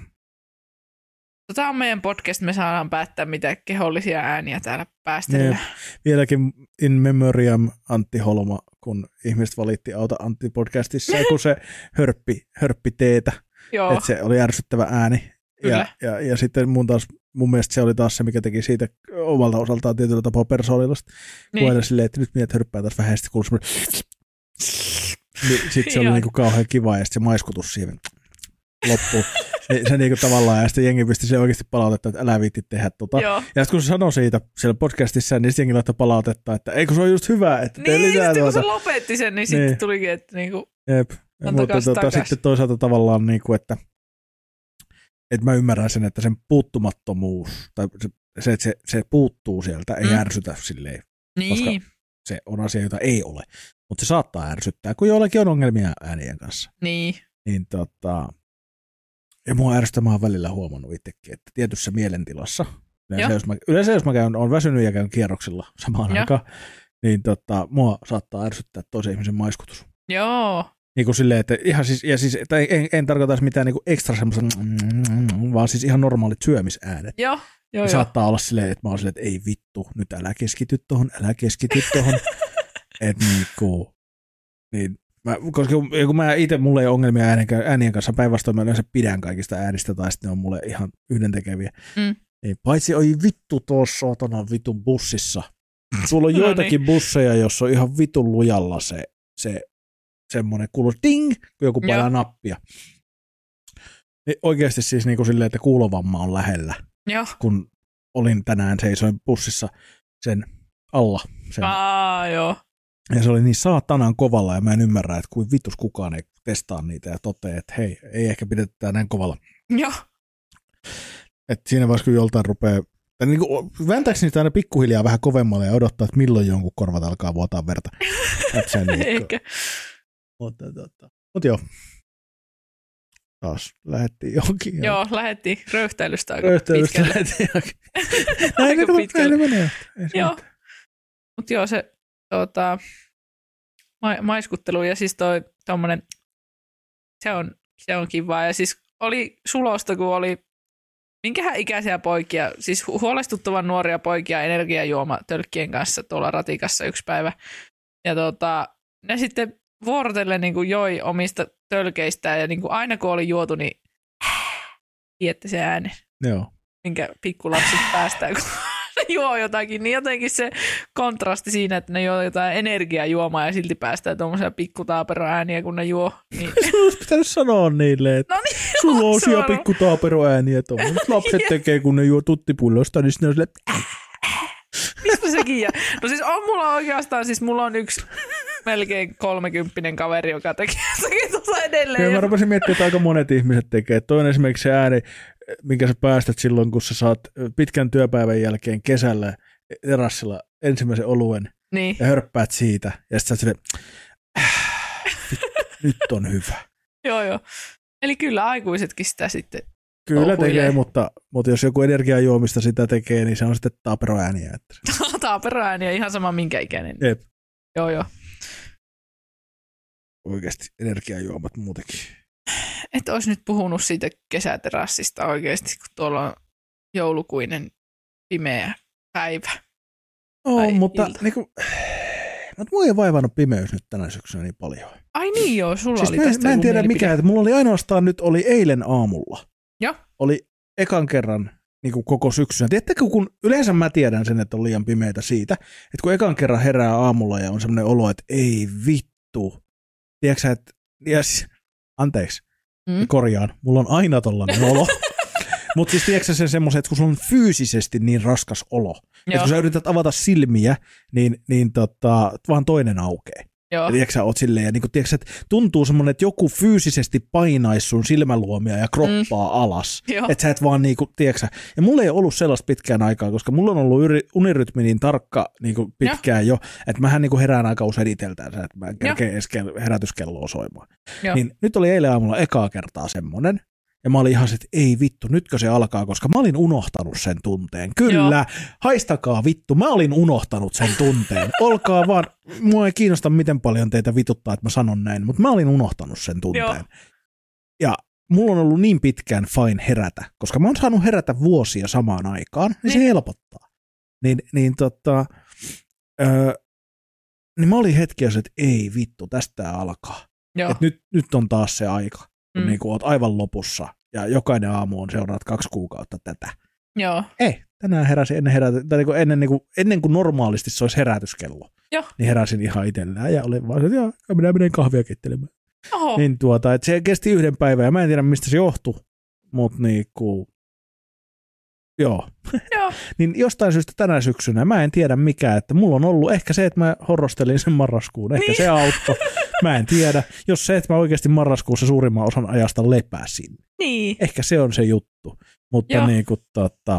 Tota on meidän podcast, me saadaan päättää, mitä kehollisia ääniä täällä päästellään. Vieläkin in memoriam Antti Holma, kun ihmiset valitti Auta Antti podcastissa, kun se hörppi, hörppi teetä. Että se oli ärsyttävä ääni. Ja, ja, ja sitten mun, taas, mun mielestä se oli taas se, mikä teki siitä omalta osaltaan tietyllä tapaa persoonallista. Niin. Kun silleen, että nyt mietit hörppää taas vähän, ja sitten kuului semmoinen. Niin, sitten se oli niinku kauhean kiva, ja sitten se maiskutus siihen loppuun. Se, se niinku tavallaan, ja sitten jengi pisti se oikeasti palautetta, että älä viitti tehdä tota. Joo. Ja sitten kun se sanoi siitä siellä podcastissa, niin sitten jengi laittoi palautetta, että eikö se ole just hyvä, että tee niin, lisää tuota. Niin, kun se lopetti sen, niin, niin. sitten tulikin, että niinku, jep. Mutta tota, sitten toisaalta tavallaan, niinku, että, että mä ymmärrän sen, että sen puuttumattomuus, tai se, se että se, se puuttuu sieltä, ei mm. ärsytä silleen, niin. koska se on asia, jota ei ole. Mutta se saattaa ärsyttää, kun joillakin on ongelmia äänien kanssa. Niin. Niin tota, ja mua ärsyttää, mä oon välillä huomannut itsekin, että tietyssä mielentilassa, yleensä jos, mä, yleensä jos mä käyn, on väsynyt ja käyn kierroksilla samaan Joo. aikaan, niin tota, mua saattaa ärsyttää toisen ihmisen maiskutus. Joo. Niin kuin silleen, että ihan siis, ja siis, tai en, en tarkoita mitään niin ekstra semmoista, vaan siis ihan normaalit syömisäänet. Joo. Joo, saattaa jo. olla silleen, että mä oon silleen, että ei vittu, nyt älä keskity tohon, älä keskity tohon. Että niinku, niin, mä, koska kun mä itse, mulla ei ole ongelmia äänien kanssa, päinvastoin mä yleensä pidän kaikista äänistä, tai sitten ne on mulle ihan yhdentekeviä. Mm. Niin, paitsi oi vittu tuossa saatana vitun bussissa. Sulla on no joitakin niin. busseja, jossa on ihan vitun lujalla se, se semmoinen kuuluu ding, kun joku painaa nappia. Niin oikeasti siis niin kuin silleen, että kuulovamma on lähellä. Joo. Kun olin tänään seisoin bussissa sen alla. Sen. Aa, joo. Ja se oli niin saatanan kovalla, ja mä en ymmärrä, että kuin vitus kukaan ei testaa niitä ja toteaa, että hei, ei ehkä pidetä näin kovalla. Joo. Että siinä vaiheessa, kun joltain rupeaa, tai niin kuin, vääntääkö niitä aina pikkuhiljaa vähän kovemmalle ja odottaa, että milloin jonkun korvat alkaa vuotaa verta. Niin, ehkä. Mutta, mutta, mutta joo. Taas lähdettiin johonkin. Joo, lähdettiin röyhtäilystä aika röyhtäilystä pitkälle. Lähdettiin näin aika pitkälle. Menee. Joo. Mutta joo, se tuota, ma- maiskuttelu ja siis toi tommonen, se on, se on kivaa. Ja siis oli sulosta, kun oli minkähän ikäisiä poikia, siis huolestuttavan nuoria poikia energiajuomatölkkien kanssa tuolla ratikassa yksi päivä. Ja tota, ne sitten vuorotellen niin kuin joi omista tölkeistään ja niin kuin aina kun oli juotu, niin tiedätte se ääni, Joo. minkä pikkulapset päästään, kun ne juo jotakin. Niin jotenkin se kontrasti siinä, että ne juo jotain energiajuomaa ja silti päästään tuommoisia pikkutaaperoääniä, kun ne juo. Niin. Sulla olisi pitänyt sanoa niille, että no niin, sulla on osia pikkutaaperoääniä. Lapset tekee, kun ne juo tuttipullosta, niin sitten on silleen, mistä sekin jää? No siis on mulla oikeastaan, siis mulla on yksi melkein kolmekymppinen kaveri, joka tekee sekin tuossa edelleen. Ja mä rupesin miettimään, että aika monet ihmiset tekee. Toi on esimerkiksi se ääni, minkä sä päästät silloin, kun sä saat pitkän työpäivän jälkeen kesällä terassilla ensimmäisen oluen niin. Ja hörppäät siitä. Ja sitten sä oot silleen, nyt on hyvä. Joo, joo. Eli kyllä aikuisetkin sitä sitten Kyllä oh, tekee, mutta, mutta jos joku energiajuomista sitä tekee, niin se on sitten taaperoääniä. Taaperoääniä, ihan sama minkä ikäinen. Jep. Joo, joo. Oikeasti energiajuomat muutenkin. Et olisi nyt puhunut siitä kesäterassista oikeasti, kun tuolla on joulukuinen pimeä päivä. Oo, mutta niinku, mutta mua ei vaivannut pimeys nyt tänä syksynä niin paljon. Ai niin joo, sulla siis oli mä, tästä mä en tiedä mikä, että mulla oli ainoastaan nyt, oli eilen aamulla. Joo. Oli ekan kerran niin kuin koko syksynä. Tiedättekö, kun yleensä mä tiedän sen, että on liian pimeitä siitä, että kun ekan kerran herää aamulla ja on semmoinen olo, että ei vittu. Tiedätkö sä, että yes, anteeksi, mm. korjaan, mulla on aina tollainen olo. Mutta siis tiedätkö sen semmoisen, että kun sulla on fyysisesti niin raskas olo, Joo. että kun sä yrität avata silmiä, niin, niin tota, vaan toinen aukeaa. Joo. Ja tiedätkö sä, oot silleen, ja niin kuin, tiedätkö, että tuntuu semmoinen, että joku fyysisesti painaisi sun silmäluomia ja kroppaa mm. alas. Että sä et vaan niin kuin, tiedätkö sä. Ja mulla ei ollut sellaista pitkään aikaa, koska mulla on ollut yri, unirytmi niin tarkka niin kuin pitkään jo, että mähän niin kuin herään aika usein iteltään, että mä en kerkeä edes herätyskelloa soimaan. Jo. Niin nyt oli eilen aamulla ekaa kertaa semmoinen. Ja mä olin ihan se, että ei vittu, nytkö se alkaa, koska mä olin unohtanut sen tunteen. Kyllä, Joo. haistakaa vittu, mä olin unohtanut sen tunteen. Olkaa vaan, mua ei kiinnosta miten paljon teitä vituttaa, että mä sanon näin, mutta mä olin unohtanut sen tunteen. Joo. Ja mulla on ollut niin pitkään fine herätä, koska mä oon saanut herätä vuosia samaan aikaan, niin, niin. se helpottaa. Niin, niin tota, öö, niin mä olin hetkiä, että ei vittu, tästä alkaa. Että nyt, nyt on taas se aika. Mm. Niin kuin oot aivan lopussa ja jokainen aamu on seuraat kaksi kuukautta tätä. Joo. Ei, tänään heräsin ennen, heräty, tai niin kuin ennen, niin kuin, ennen kuin normaalisti se olisi herätyskello. Joo. Niin heräsin ihan itsellään ja olin vaan se, että joo, minä menen kahvia kettelemään. Oho. Niin tuota, että se kesti yhden päivän ja mä en tiedä mistä se johtui, mutta niin kuin, joo. Joo. Niin jostain syystä tänä syksynä mä en tiedä mikä, että mulla on ollut ehkä se, että mä horrostelin sen marraskuun, ehkä niin. se auttoi. Mä en tiedä. Jos se, että mä oikeasti marraskuussa suurimman osan ajasta lepäsin. Niin. Ehkä se on se juttu. Mutta Joo. niin kuin tota,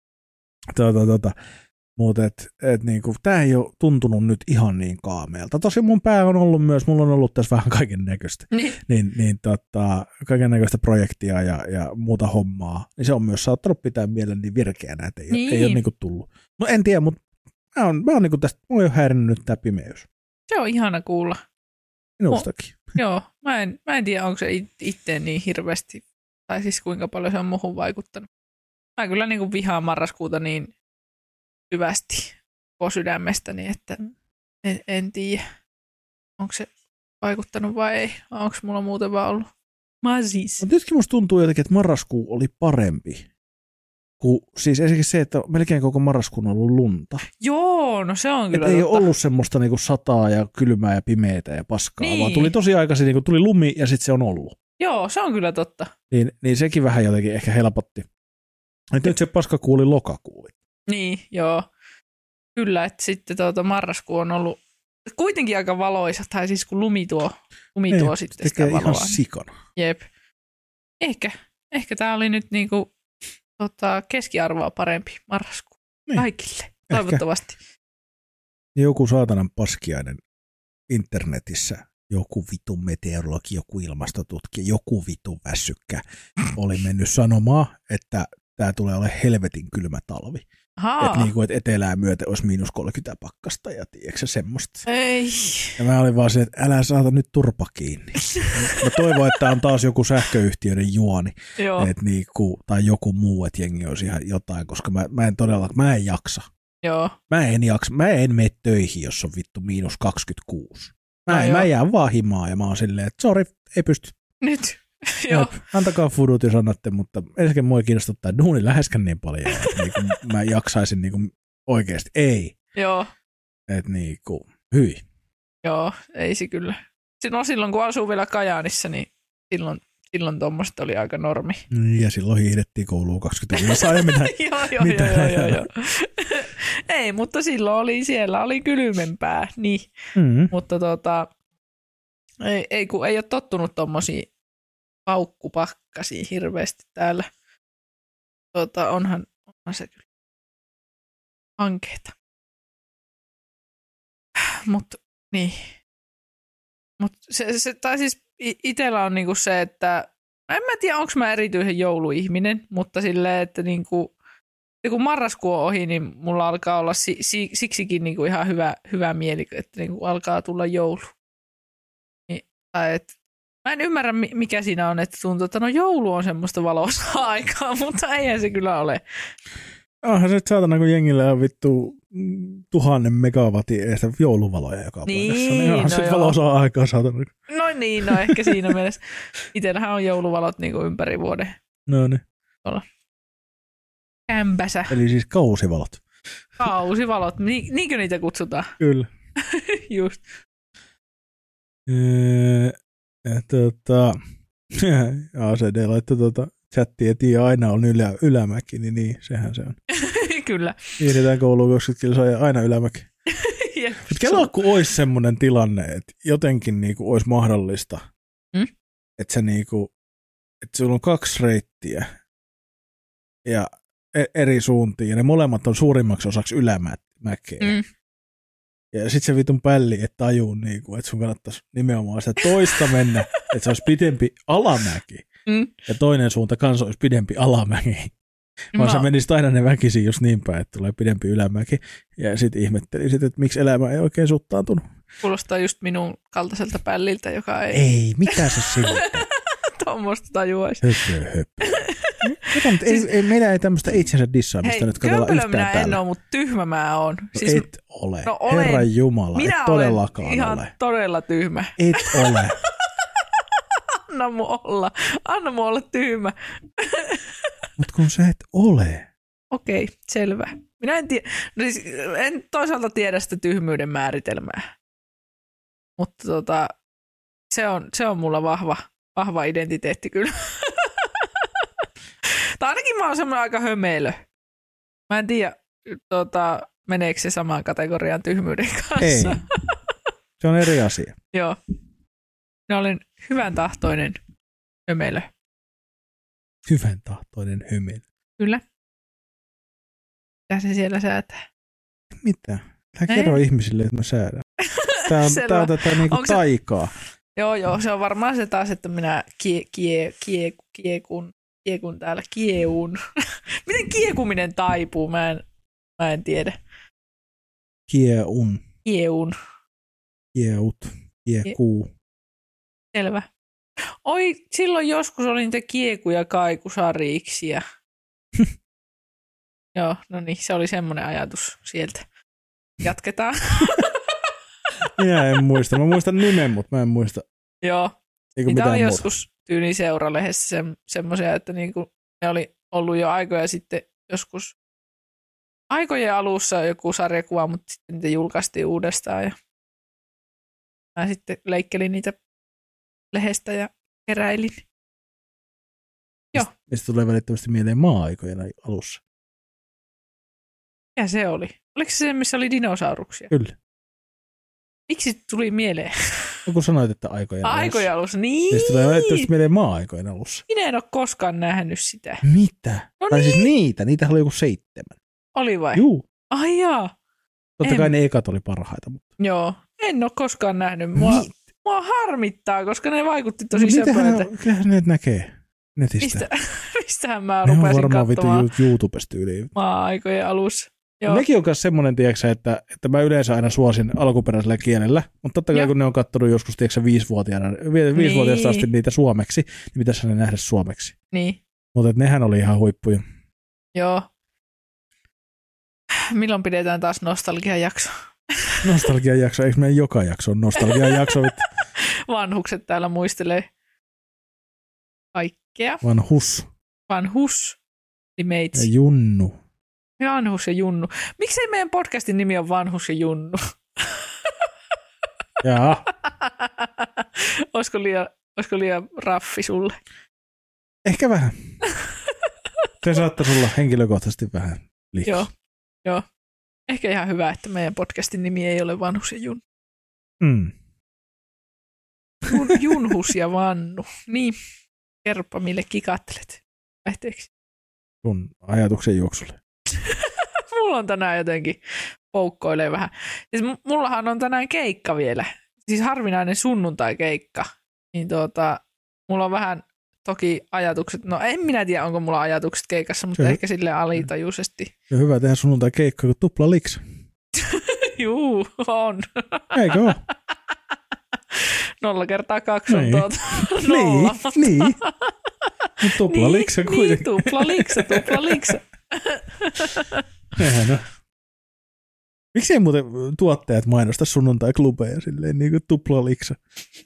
tota, tota, mutta et, et niin kuin, tää ei ole tuntunut nyt ihan niin kaameelta. Tosin mun pää on ollut myös, mulla on ollut tässä vähän kaiken näköistä. Niin. Niin, niin tota, kaiken näköistä projektia ja, ja muuta hommaa. Niin se on myös saattanut pitää mielen niin virkeänä, että ei, niin. ei ole niin kuin tullut. No en tiedä, mutta mä oon, mä oon niin kuin tästä, mua ei ole häirinnyt nyt tää pimeys. Se on ihana kuulla. Minustakin. Oh, joo, mä en, mä en tiedä, onko se it, itteen niin hirveästi, tai siis kuinka paljon se on muhun vaikuttanut. Mä kyllä niin kuin vihaan marraskuuta niin hyvästi koko sydämestäni, että en, en tiedä, onko se vaikuttanut vai ei, vai onko mulla muuten vaan ollut masis. Mutta nytkin musta tuntuu jotenkin, että marraskuu oli parempi. Kun, siis esimerkiksi se, että melkein koko marraskuun on ollut lunta. Joo, no se on kyllä. Ei ole ollut semmoista niinku sataa ja kylmää ja pimeätä ja paskaa, niin. vaan tuli tosi aikaisin, niinku tuli lumi ja sitten se on ollut. Joo, se on kyllä totta. Niin, niin sekin vähän jotenkin ehkä helpotti. Et nyt se paskakuu oli lokakuu. Niin, joo. Kyllä, että sitten tuota marraskuu on ollut kuitenkin aika valoisa, tai siis kun lumi tuo, lumi Ei, tuo sitten sitä valoa. Ihan sikana. Jep. Ehkä, ehkä tämä oli nyt niinku Tota, keskiarvoa parempi marraskuu. Niin. Kaikille, toivottavasti. Ehkä joku saatanan paskiainen internetissä, joku vitun meteorologi, joku ilmastotutkija, joku vitun väsykkä oli mennyt sanomaan, että tämä tulee olemaan helvetin kylmä talvi. Että niinku, et etelää myöten olisi miinus kolmekymmentä pakkasta ja tiedätkö semmoista. Ei. Ja mä olin vaan se, että älä saata nyt turpa kiinni. Mä toivon, että on taas joku sähköyhtiöiden juoni et niinku, tai joku muu, että jengi olisi ihan jotain, koska mä, mä en todella, mä en jaksa. Joo. Mä en jaksa, mä en mene töihin, jos on vittu miinus kaksikymmentäkuusi. Mä, no en, mä jään vaan himaa ja mä oon silleen, että sori, ei pysty. Nyt. Joo. Antakaa fudut, jos annatte, mutta ensinnäkin mua ei kiinnosta tämä duuni läheskään niin paljon, että niinku mä jaksaisin niinku oikeasti. Ei. Joo. Että niinku, hyi. Joo, ei se kyllä. No silloin kun asuu vielä Kajaanissa, niin silloin, silloin tuommoista oli aika normi. Ja silloin hiihdettiin kouluun kaksikymmentä ja mitään. joo, joo, mitä joo, joo, joo. Ei, mutta silloin oli, siellä oli kylmempää, niin. Mm-hmm. Mutta tota, ei, ei, kun ei ole tottunut tuommoisia paukkupakkasiin hirveästi täällä. Tota, onhan, onhan se kyllä ankeeta. Mutta niin. Mut se, se, tai siis itsellä on niinku se, että en mä tiedä, onko mä erityisen jouluihminen, mutta silleen, että niinku, kun marraskuu on ohi, niin mulla alkaa olla si, si, siksikin niinku ihan hyvä, hyvä mieli, että niinku alkaa tulla joulu. Niin, tai et, mä en ymmärrä, mikä siinä on, että tuntuu, että no joulu on semmoista valoisaa aikaa, mutta eihän se kyllä ole. Onhan se nyt saatana, kun jengillä on vittu tuhannen megawatin eestä jouluvaloja joka niin, paikassa. Niin onhan no se valoisaa aikaa saatana. No niin, no ehkä siinä mielessä. Itsellähän on jouluvalot niin kuin ympäri vuoden. No niin. Tuolla kämpäsä. Eli siis kausivalot. Kausivalot, Ni, niinkö niitä kutsutaan? Kyllä. Just. Öö, tota, A C D laittoi tuota chattiin, että aina on ylä, ylämäki, niin, niin sehän se on. Kyllä. Hiihdetään kouluun kaksikymmentä kilsaa ja aina ylämäki. Kelaa, kun olisi semmoinen tilanne, että jotenkin niinku olisi mahdollista, mm? että se niinku, että sulla on kaksi reittiä ja eri suuntiin, ja ne molemmat on suurimmaksi osaksi ylämäkeä. Mm. Ja sit se vitun pälli, että tajuu, niinku, että sun kannattaisi nimenomaan sitä toista mennä, että se olisi pidempi alamäki. Mm. Ja toinen suunta kanssa olisi pidempi alamäki. Vaan no. sä menisit aina ne väkisin just niin päin, että tulee pidempi ylämäki. Ja sit ihmettelisit, että miksi elämä ei oikein suttaantunut. Kuulostaa just minun kaltaiselta pälliltä, joka ei... Ei, mitä se siltä? Tuommoista tajuaisi. Höpö, höpö. Siis, ei, ei, meillä ei tämmöistä itsensä dissaamista hei, nyt katsella yhtään minä täällä. en ole, mutta tyhmä mä oon. Siis, et ole. No olen. Herran Jumala, minä et todellakaan olen ihan ole. todella tyhmä. Et ole. Anna mu olla. Anna mu olla tyhmä. Mutta kun sä et ole. Okei, okay, selvä. Minä en, tie- no siis, en toisaalta tiedä sitä tyhmyyden määritelmää. Mutta tota, se, on, se on mulla vahva, vahva identiteetti kyllä. Tai ainakin mä oon semmoinen aika hömeilö. Mä en tiedä, tota, meneekö se samaan kategoriaan tyhmyyden kanssa. Ei. Se on eri asia. Joo. Minä olen hyvän tahtoinen hömeilö. Hyvän tahtoinen hömeilö. Kyllä. Mitä se siellä säätää? Mitä? Tää kerro ihmisille, että mä säädän. Tää on, tää on tätä niinku se... taikaa. Joo, joo. Se on varmaan se taas, että minä kie, kie, kie, kiekun, kiekun täällä, kieun. Miten kiekuminen taipuu? Mä en, mä en tiedä. Kieun. Kieun. Kieut. Kiekuu. Selvä. Oi, silloin joskus oli niitä kieku- ja kaikusariiksia. Joo, no niin, se oli semmoinen ajatus sieltä. Jatketaan. Minä en muista. Mä muistan nimen, mutta mä en muista. Joo. Eikä niitä oli muuta. joskus tyyliin seuralehdessä se, semmoisia, että niinku, ne oli ollut jo aikoja sitten joskus aikojen alussa joku sarjakuva, mutta sitten niitä julkaistiin uudestaan ja mä sitten leikkelin niitä lehdestä ja keräilin. Joo. Mistä tulee välittömästi mieleen maa-aikojen alussa? Ja se oli. Oliko se se, missä oli dinosauruksia? Kyllä. Miksi tuli mieleen? No kun sanoit, että aikojen alussa. Aikojen alussa, niin. Mistä tulee välittömästi mieleen maa-aikojen alussa. Minä en ole koskaan nähnyt sitä. Mitä? No tai niin. siis niitä. Niitä oli joku seitsemän. Oli vai? Juu. Ai jaa. Totta en. kai ne ekat oli parhaita. Mutta... Joo. En ole koskaan nähnyt. Mua, mua harmittaa, koska ne vaikutti tosi no, söpöiltä. Kyllähän ne näkee netistä. Mistä, mistähän mä ne rupesin katsomaan? Ne on varmaan katsomaan vittu YouTubesta yli. maa-aikojen alussa. Joo. Nekin on myös semmoinen, tiedätkö, että, että mä yleensä aina suosin alkuperäisellä kielellä, mutta totta kai Joo. kun ne on katsonut joskus tiedätkö, viisivuotiaana, viisivuotiaasta niin. asti niitä suomeksi, niin pitäisi ne nähdä suomeksi. Niin. Mutta nehän oli ihan huippuja. Joo. Milloin pidetään taas nostalgiajakso? Nostalgiajakso, eikö meidän joka jakso on nostalgiajakso? Vanhukset täällä muistelee kaikkea. Vanhus. Vanhus. Ja Junnu. Vanhus ja Junnu. Miksei meidän podcastin nimi on Vanhus ja Junnu? Jaa. Olisiko liian, olisiko liian raffi sulle? Ehkä vähän. Se saattaisi olla henkilökohtaisesti vähän liikaa. Joo, joo. Ehkä ihan hyvä, että meidän podcastin nimi ei ole Vanhus ja Junnu. Mm. Jun, junhus ja Vannu. Niin, kerropa mille kikattelet. Lähteeksi? Sun ajatuksen juoksulle. Mulla on tänään jotenkin poukkoilee vähän. Siis mullahan on tänään keikka vielä. Siis harvinainen sunnuntai-keikka. Niin tuota, mulla on vähän toki ajatukset. No en minä tiedä, onko mulla ajatukset keikassa, mutta ja ehkä silleen alitajuisesti. Ja hyvä tehdä sunnuntai-keikka kuin tupla liks. Juu, on. Eikö ole? Nolla kertaa kaksi on niin. tuota. Nolla. Niin, niin. Tupla liksa niin, kuitenkin. Niin, tupla liksa, tupla liksa. Eihän no. Miksi ei muuten tuottajat mainosta sunnuntai-klubeja silleen niin kuin tupla liksa?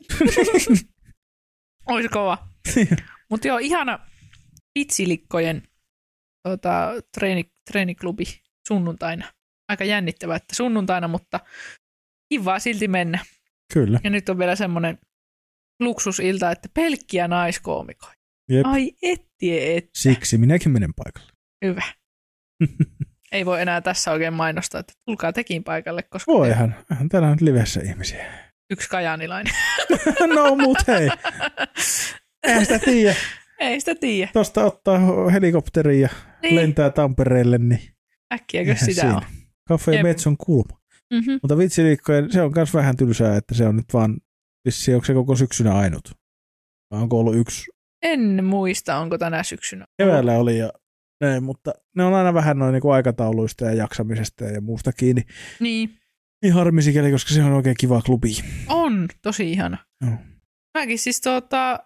Ois kova. Mutta joo, ihana pitsilikkojen tota, treeni, treeniklubi sunnuntaina. Aika jännittävää, että sunnuntaina, mutta kivaa silti mennä. Kyllä. Ja nyt on vielä semmoinen luksusilta, että pelkkiä naiskoomikoita. Jep. Ai ettie, että. Siksi minäkin menen paikalle. Hyvä. ei voi enää tässä oikein mainostaa, että tulkaa tekin paikalle, koska... Voihan, eihän täällä nyt livessä ihmisiä. Yksi kajaanilainen. No mut hei, eihän sitä tiedä. Ei sitä tiedä. Tuosta ottaa helikopterin ja niin. lentää Tampereelle, niin... Äkkiäkö sitä siinä on? Caffè Jep. Metson kulma. Mm-hmm. Mutta vitsiliikkojen, se on myös vähän tylsää, että se on nyt vaan, vissiin onko se koko syksynä ainut? Vai onko ollut yksi? En muista, onko tänä syksynä. Keväällä oli ja näin, mutta ne on aina vähän noin niin aikatauluista ja jaksamisesta ja muusta kiinni. Niin. Niin harmi sikäli, koska se on oikein kiva klubi. On, tosi ihana. No. Mäkin siis tota...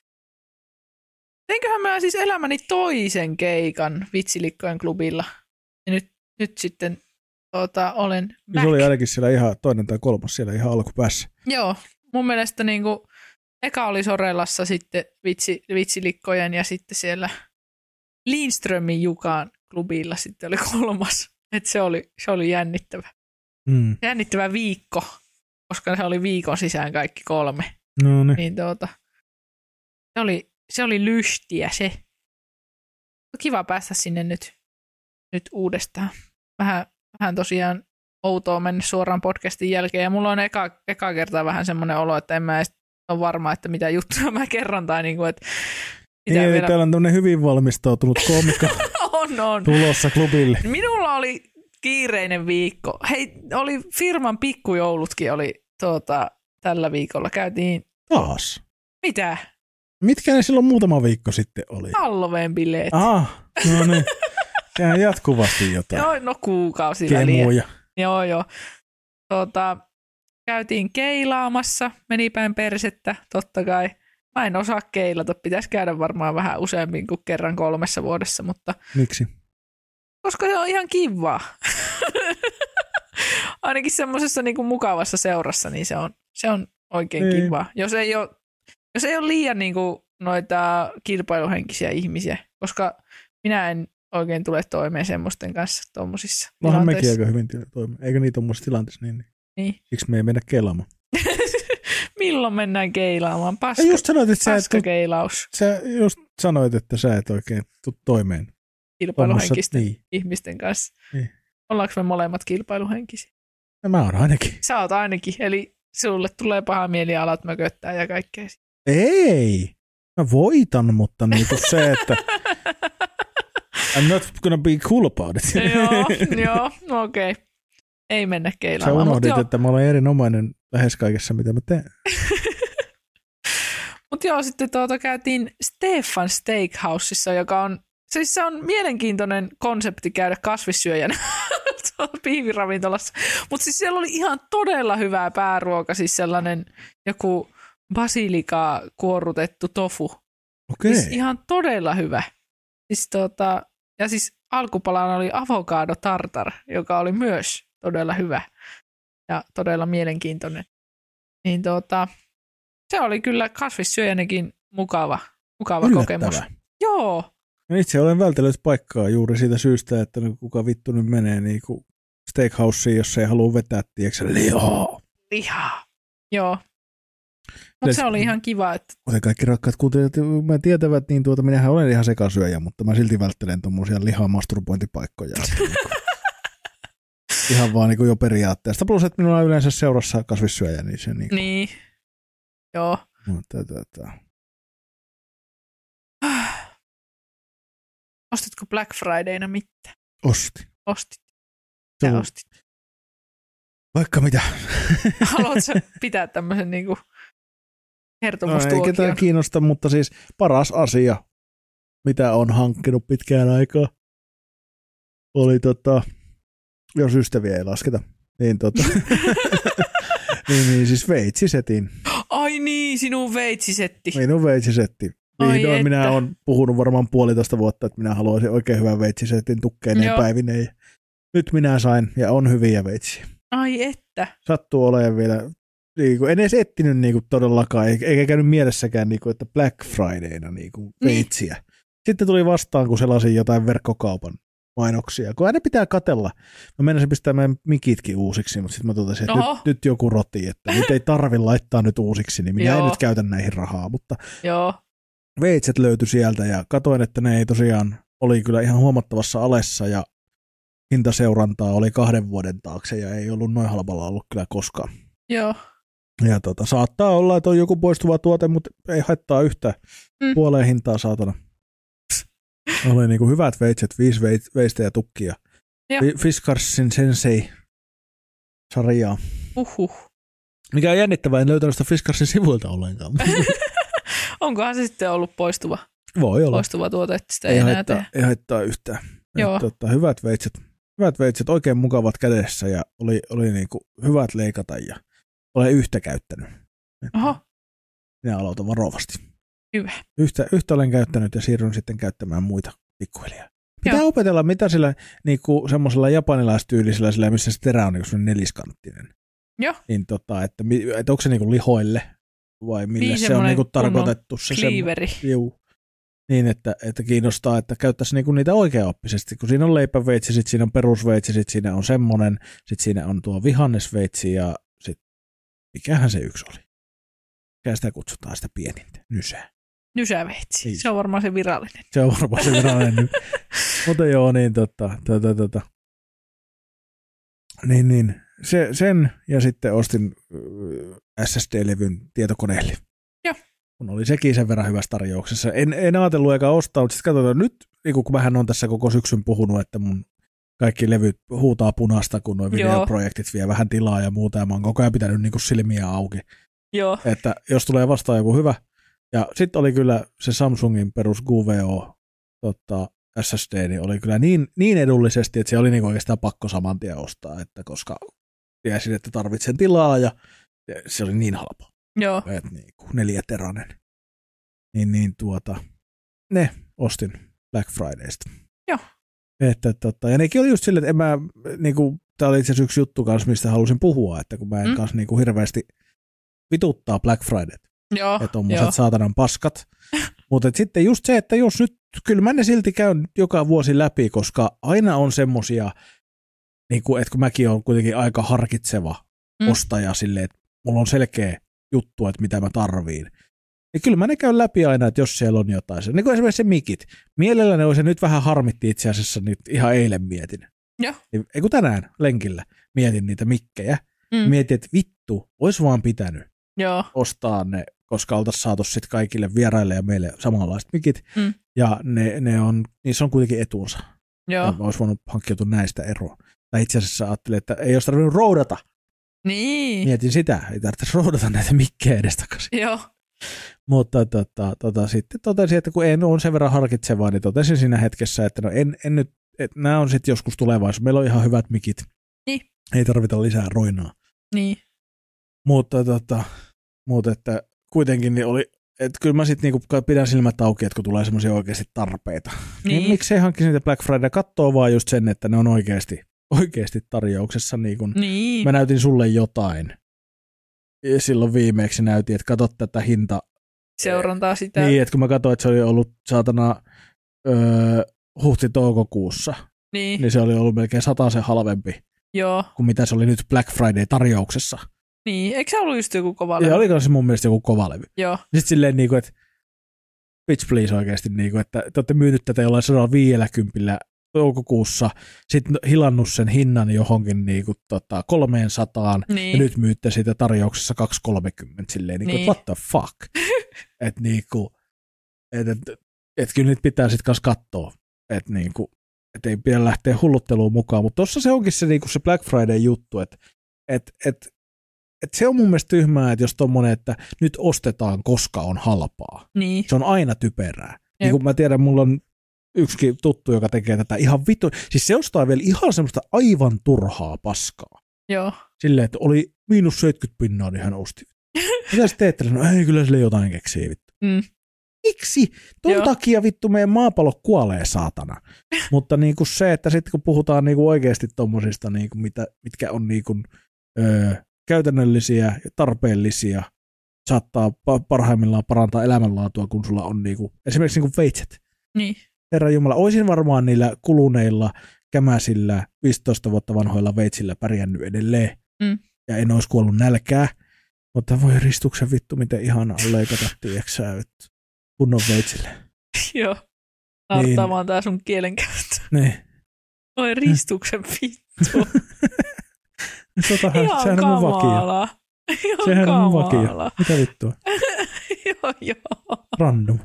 Teinköhän mä siis elämäni toisen keikan Vitsilikkojen klubilla. Ja nyt, nyt sitten tota, olen back. Se oli ainakin siellä ihan toinen tai kolmas siellä ihan alkupäässä. Joo, mun mielestä niinku eka oli Sorellassa sitten vitsi, Vitsilikkojen ja sitten siellä Lindströmin Jukan klubilla sitten oli kolmas. Et se oli, se oli jännittävä. Mm. Jännittävä viikko, koska se oli viikon sisään kaikki kolme. No ne. Niin tuota, se oli, se oli lystiä se. Kiva päästä sinne nyt, nyt uudestaan. Vähän, vähän tosiaan outoa mennä suoraan podcastin jälkeen. Ja mulla on eka, eka kertaa vähän semmoinen olo, että en mä edes ole varma, että mitä juttuja mä kerron. Tai niin kuin, että ei, vielä... täällä on tämmöinen hyvin valmistautunut koomikko on, on. tulossa klubille. Minulla oli kiireinen viikko. Hei, oli firman pikkujoulutkin oli tuota, tällä viikolla. Käytiin... Taas? Mitä? Mitkä ne silloin muutama viikko sitten oli? Halloween bileet. Ah, no niin. Sehän jatkuvasti jotain. No, no kuukausi Kemuja. Joo, joo. Tuota, käytiin keilaamassa, meni päin persettä, totta kai. Mä en osaa keilata, pitäisi käydä varmaan vähän useammin kuin kerran kolmessa vuodessa, mutta... Miksi? Koska se on ihan kivaa. Ainakin semmoisessa niin kuin mukavassa seurassa, niin se on, se on oikein ei. Kivaa. Jos ei ole, jos ei ole liian niin kuin noita kilpailuhenkisiä ihmisiä, koska minä en oikein tule toimeen semmoisten kanssa tuommoisissa tilanteissa. Onhan mekin aika hyvin toimeen. Eikö niitä tuommoisissa tilanteissa niin? Niin. Siksi me ei mennä keilaamaan. Milloin mennään keilaamaan? Paska, just sanoit, että paska sä et, keilaus. Sä just sanoit, että sä et oikein tule toimeen. Kilpailuhenkisten niin. ihmisten kanssa. Niin. Ollaanko me molemmat kilpailuhenkisiä? No, mä oon ainakin. Sä oot ainakin, eli sulle tulee paha mieli ja alat mököttää ja kaikkea. Ei, mä voitan, mutta niinku se, että I'm not gonna be cool about it. Joo, joo, no okei. Okay. Ei mennä keilaamaan. Sä unohdit, että mä olen erinomainen lähes kaikessa, mitä mä teen. Mutta joo, sitten tuota käytiin Stefan Steakhouseissa, joka on, siis se on mielenkiintoinen konsepti käydä kasvissyöjänä pihviravintolassa. Mutta siis siellä oli ihan todella hyvää pääruoka, siis sellainen joku basilikaa kuorrutettu tofu. Okei. Siis ihan todella hyvä. Siis tuota, ja siis alkupalana oli avokado tartar, joka oli myös todella hyvä ja todella mielenkiintoinen. Niin tuota, se oli kyllä kasvissyöjänäkin mukava, mukava kokemus. Joo. Itse olen vältellyt paikkaa juuri siitä syystä, että kuka vittu nyt menee niin kuin steakhouseen, jos ei halua vetää, tiedätkö, lihaa. Lihaa. Joo. Mutta se oli ihan kiva. Että... Kuten kaikki rakkaat kuuntelijat, mä tietävät, niin tuota, minähän olen ihan sekasyöjä, mutta mä silti välttelen tuommoisia lihamasturbointipaikkoja. Ihan vaan niin kuin jo periaatteesta. Plus, että minulla on yleensä seurassa kasvissyöjä, niin se niin kuin... Niin. Joo. Mutta, tätä. Ostitko Black Fridayna mitään? Ostin. Ostit. Mitä ostit? Vaikka mitä. Haluatko pitää tämmöisen niinku kertomustuokion? No ei ketään kiinnosta, mutta siis paras asia, mitä on hankkinut pitkään aikaa, oli tota, jos ystäviä ei lasketa, niin tota, niin, niin siis veitsisetin. Ai niin, sinun veitsisetti. Minun veitsisetti. Vihdoin minä olen puhunut varmaan puolitoista vuotta, että minä haluaisin oikein hyvän veitsisetin tukkeineen päivineen. Nyt minä sain ja on hyviä veitsiä. Ai että. Sattuu olemaan vielä, niin kuin, en edes etsinyt niin kuin, todellakaan, eikä käynyt mielessäkään, niin kuin, että Black Fridayna niin kuin, veitsiä. Niin. Sitten tuli vastaan, kun selasin jotain verkkokaupan mainoksia, kun aina pitää katella. Mä menisin pistämään mikitkin uusiksi, mutta sitten mä totesin, että nyt, nyt joku roti, että nyt ei tarvi laittaa nyt uusiksi, niin minä en nyt käytä näihin rahaa, mutta Joo. veitset löytyi sieltä ja katoin, että ne ei tosiaan oli kyllä ihan huomattavassa alessa ja hintaseurantaa oli kahden vuoden taakse ja ei ollut noin halvalla ollut kyllä koskaan. Joo. Ja tota, saattaa olla, että on joku poistuva tuote, mutta ei haittaa yhtään mm. puoleen hintaa saatana. Oli niinku hyvät veitset, viisi veistä ja tukkia. Fiskarsin Sensei sarjaa. Uhuh. Mikä on jännittävää, en löytänyt sitä Fiskarsin sivuilta ollenkaan. Onkohan se sitten ollut poistuva? Voi olla. Poistuva tuote, että sitä ei, ei enää haittaa, tee. Ei haittaa yhtään. Joo. Et, tota, hyvät veitset, hyvät veitset, oikein mukavat kädessä ja oli, oli niinku hyvät leikata ja olen yhtä käyttänyt. Oho. Minä aloitan varovasti. Hyvä. Yhtä, yhtä olen käyttänyt ja siirryn sitten käyttämään muita pikkuhiljaa. Pitää Joo. opetella, mitä sillä niinku, semmoisella japanilaistyylisellä, sillä, missä se terä on niinku neliskanttinen. Joo. Niin tota, että, että onko se niinku lihoille vai mille niin, se on niinku tarkoitettu. Se kliiveri. Juu. Niin, että, että kiinnostaa, että käyttäisi niinku niitä oikeaoppisesti, kun siinä on leipäveitsi, sitten siinä on perusveitsi, sitten siinä on semmoinen, sitten siinä on tuo vihannesveitsi ja sitten, mikähän se yksi oli? Mikä sitä kutsutaan, sitä pienintä, nysää. Nysäveitsi, Niin. se on varmaan se virallinen. Se on varmaan se virallinen. Mutta joo, niin tota, tota, tota. Niin, niin. Se, sen ja sitten ostin S S D-levyn tietokoneelle. Joo. Kun oli sekin sen verran hyvässä tarjouksessa. En, en ajatellut eikä ostaa, mutta sitten katsotaan nyt, niin kun mähän on tässä koko syksyn puhunut, että mun kaikki levyt huutaa punaista, kun nuo videoprojektit vie vähän tilaa ja muuta, ja mä oon koko ajan pitänyt niin kuin silmiä auki. Joo. Että jos tulee vastaan joku hyvä. Ja sitten oli kyllä se Samsungin perus Q V O tota, S S D, niin oli kyllä niin, niin edullisesti, että se oli niin oikeastaan pakko saman tien ostaa, että koska tiesin, että tarvitsen tilaa ja se oli niin halpa. Joo. Että niin kuin neljäterainen. Niin, niin tuota, ne ostin Black Fridaysta. Joo. Että, tota, ja nekin oli just silleen, että en mä, niin kuin, tää oli itse asiassa yksi juttu kanssa, mistä halusin puhua, että kun mä en mm. kanssa niin kuin hirveästi vituttaa Black Friday. Joo. Että tommoset saatanan paskat. Mutta sitten just se, että jos nyt, kyllä mä ne silti käyn joka vuosi läpi, koska aina on semmosia, niin kuin, että kun mäkin olen kuitenkin aika harkitseva mm. ostaja silleen, että mulla on selkeä juttu, että mitä mä tarviin. Ja kyllä mä ne käyn läpi aina, että jos siellä on jotain. Niin kuin esimerkiksi se mikit. Mielelläni olisi, nyt vähän harmitti itse asiassa, nyt ihan eilen mietin. Joo. Ei kun tänään lenkillä mietin niitä mikkejä. Mm. Mietin, että vittu, olisi vaan pitänyt Joo. ostaa ne, koska oltaisiin saatu sitten kaikille vieraille ja meille samanlaiset mikit. Mm. Ja ne, ne on, niissä on kuitenkin etuunsa. Joo. Olisi voinut hankkiutua näistä eroon. Tai itse asiassa ajattelin, että ei olisi tarvinnut roudata. Niin. Mietin sitä, ei tarvitse roudata näitä mikkejä edes takaisin. Joo. Mutta tota, tota, sitten totesin, että kun en ole sen verran harkitsevaa, niin totesin siinä hetkessä, että no en, en nyt, että nämä on sitten joskus tulevaisuus. Meillä on ihan hyvät mikit. Niin. Ei tarvita lisää roinaa. Niin. Mutta, tota, mutta että kuitenkin niin oli, että kyllä mä sitten niinku pidän silmät auki, että kun tulee semmoisia oikeasti tarpeita. Niin. Niin miksei hankkisi niitä Black Friday, kattoo vaan just sen, että ne on oikeasti, oikeasti tarjouksessa. Niin kun niin. Mä näytin sulle jotain. Ja silloin viimeksi näytin, että katsot tätä hinta. Seurantaa sitä. Niin, että kun mä katsoin, että se oli ollut saatana öö, huhti-toukokuussa, niin. niin se oli ollut melkein sataisen halvempi. Joo. Kuin mitä se oli nyt Black Friday-tarjouksessa. Niin, eikö se ollut just joku kova levy? Ja oliko se mun mielestä joku kova levy. Joo. Sitten silleen, niin kuin, että bitch please oikeasti, niin kuin, että te olette myynyt tätä jollain sata viisikymmentä toukokuussa, sitten hilannut sen hinnan johonkin niin kuin, tota, kolmeensataan, niin. Ja nyt myytte sitä tarjouksessa kaksisataakolmekymmentä, silleen, niin kuin, niin. What the fuck? Että niin kuin, et, et, et, et kyllä nyt pitää sitten kanssa katsoa, että niin kuin, et ei pidä lähteä hullutteluun mukaan, mutta tuossa se onkin se, niin kuin se Black Friday juttu, että et, et, et se on mun mielestä tyhmää, että jos tommonen, että nyt ostetaan, koska on halpaa. Niin. Se on aina typerää. Niin kuin mä tiedän, mulla on yksikin tuttu, joka tekee tätä ihan vittu. Siis se ostaa vielä ihan semmoista aivan turhaa paskaa. Joo. Silleen, että oli miinus seitsemänkymmentä pinnaa, niin hän osti. Mitä sä teette? No ei, kyllä sille jotain keksii vittu. Mm. Miksi? Ton Joo. takia vittu meidän maapallo kuolee saatana. Mutta niinku se, että sitten kun puhutaan niinku oikeasti tommosista, niinku mitä, mitkä on niinku, öö, käytännöllisiä ja tarpeellisia, saattaa parhaimmillaan parantaa elämänlaatua, kun sulla on niinku, esimerkiksi niinku veitset. Niin. Herran Jumala, olisin varmaan niillä kuluneilla kämäsillä viisitoista vuotta vanhoilla veitsillä pärjännyt edelleen. Mm. Ja en olisi kuollut nälkää. Mutta voi ristuksen vittu, miten ihanaa on leikata, tiiäksää, kunnon veitsille. Joo. Naurattamaan niin. Tää sun kielenkäyttö. Niin. Oi ristuksen vittu. Sotahan, Ihan sehän on mun vakio. kamala. Ihan Sehän on mun vakio. kamala. Mitä vittua? Joo, joo. Random.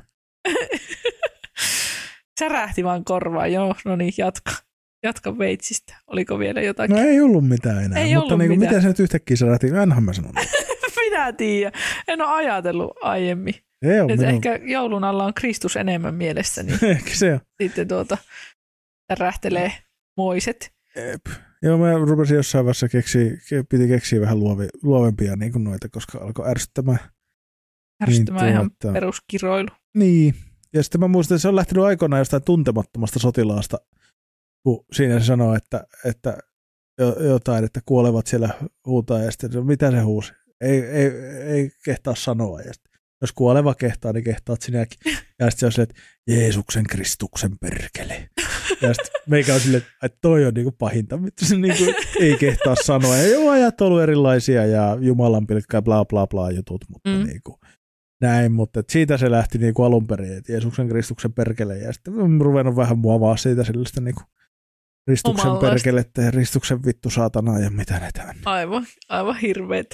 Särähti vaan korvaan, joo. No niin, jatka. Jatka veitsistä. Oliko vielä jotakin? No ei ollut mitään enää, Ei mutta ollut niinku, mitään. miten se nyt yhtäkkiä särähti? Enhän mä sanon. Minä tiedän. En ole ajatellut aiemmin. Ei ole Että minun. ehkä joulun alla on Kristus enemmän mielessä, niin Ehkä se on. sitten tuota särähtelee moiset. Ep. Joo, mä rupesin jossain vaiheessa keksiä, piti keksiä vähän luovi, luovempia niin kuin noita, koska alkoi ärsyttämään. Ärsyttämään Niin, ihan tuota- peruskiroilu. Niin. Ja sitten mä muistan, että se on lähtenyt aikoinaan jostain tuntemattomasta sotilaasta, kun siinä se sanoo, että, että jo- jotain, että kuolevat siellä huutaa, ja sitten mitä se huusi? Ei, ei, ei kehtaa sanoa. Ja sitten, jos kuoleva kehtaa, niin kehtaat sinäkin. Ja sitten se on silleen, että Jeesuksen Kristuksen perkele. Ja sitten meikä on silleen, että toi on niinku pahinta, mitä se niinku ei kehtaa sanoa. Ja joo, ajat on ollut erilaisia ja Jumalan pilkkaa bla bla bla jutut, mutta Mm. niinku näin. Mutta et siitä se lähti niinku alun perin, että Jeesuksen Kristuksen perkele. Ja sitten on ruvennut vähän muovaa siitä sellaista niinku Ristuksen Omanlaista. perkelettä ja Ristuksen vittu saatanaa ja mitä ne tämän. Aivan, aivan hirveet.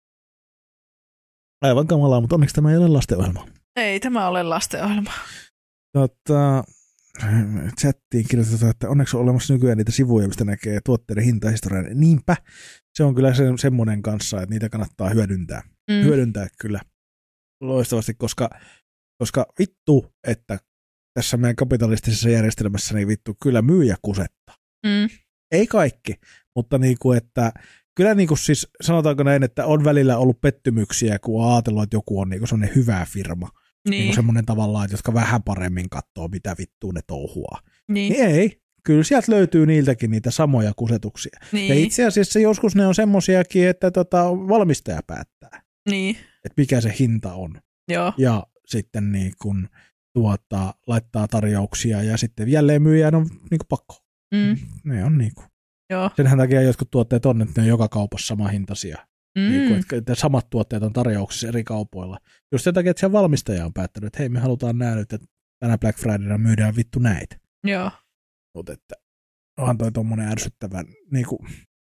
Aivan kamalaa, mutta onneksi tämä ei ole lastenohjelma. Ei tämä ole lastenohjelma. Tota, chattiin kirjoitetaan, että onneksi on olemassa nykyään niitä sivuja, mistä näkee tuotteiden hintahistorian. Niinpä, se on kyllä se, semmoinen kanssa, että niitä kannattaa hyödyntää. Mm. Hyödyntää kyllä loistavasti, koska, koska vittu, että tässä meidän kapitalistisessa järjestelmässä niin vittu kyllä myyjä kusettaa. Mm. Ei kaikki, mutta niinku, että kyllä niinku siis sanotaanko näin, että on välillä ollut pettymyksiä, kun on ajatellut, että joku on niinku semmoinen hyvä firma. Niin. Niin, Semmoinen tavallaan, että jotka vähän paremmin katsoo, mitä vittua ne touhuaa. niin, Niin ei, kyllä sieltä löytyy niiltäkin niitä samoja kusetuksia. niin, Ja itse asiassa joskus ne on semmosiakin, että tota, valmistaja päättää, niin, että mikä se hinta on. joo, Ja sitten niin kun, tuota, laittaa tarjouksia ja sitten jälleen myyjään on niin kuin pakko. mm, Ne on niin kuin. joo, Senhän takia jotkut tuotteet on, että ne on joka kaupassa sama hintaisia. mm, Niin kuin, että, että samat tuotteet on tarjouksissa eri kaupoilla. Just sen takia, että se valmistaja on päättänyt, että hei, me halutaan nää nyt, että tänä Black Fridayna myydään vittu näitä. joo, Mutta että onhan toi tommonen ärsyttävän, niinku,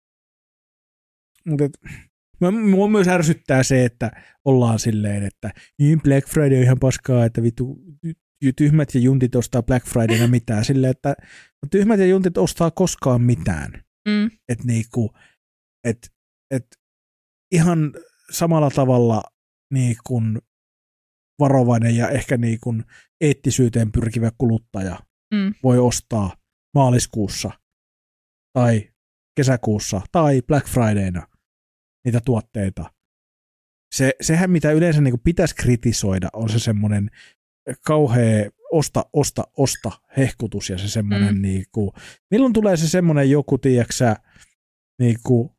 mutta mua myös ärsyttää se, että ollaan silleen, että niin Black Friday on ihan paskaa, että vittu tyhmät ja juntit ostaa Black Fridayna mitään. Silleen, että tyhmät ja juntit ostaa koskaan mitään. mm, Että niinku, et, et ihan samalla tavalla niinku varovainen ja ehkä niinku eettisyyteen pyrkivä kuluttaja mm, voi ostaa maaliskuussa tai kesäkuussa tai Black Fridayna niitä tuotteita. Se, sehän, mitä yleensä niin kuin pitäisi kritisoida, on se semmoinen kauhea osta, osta, osta hehkutus ja se semmoinen, Mm. niin kuin, milloin tulee se semmoinen joku, tiedäksä, niin kuin,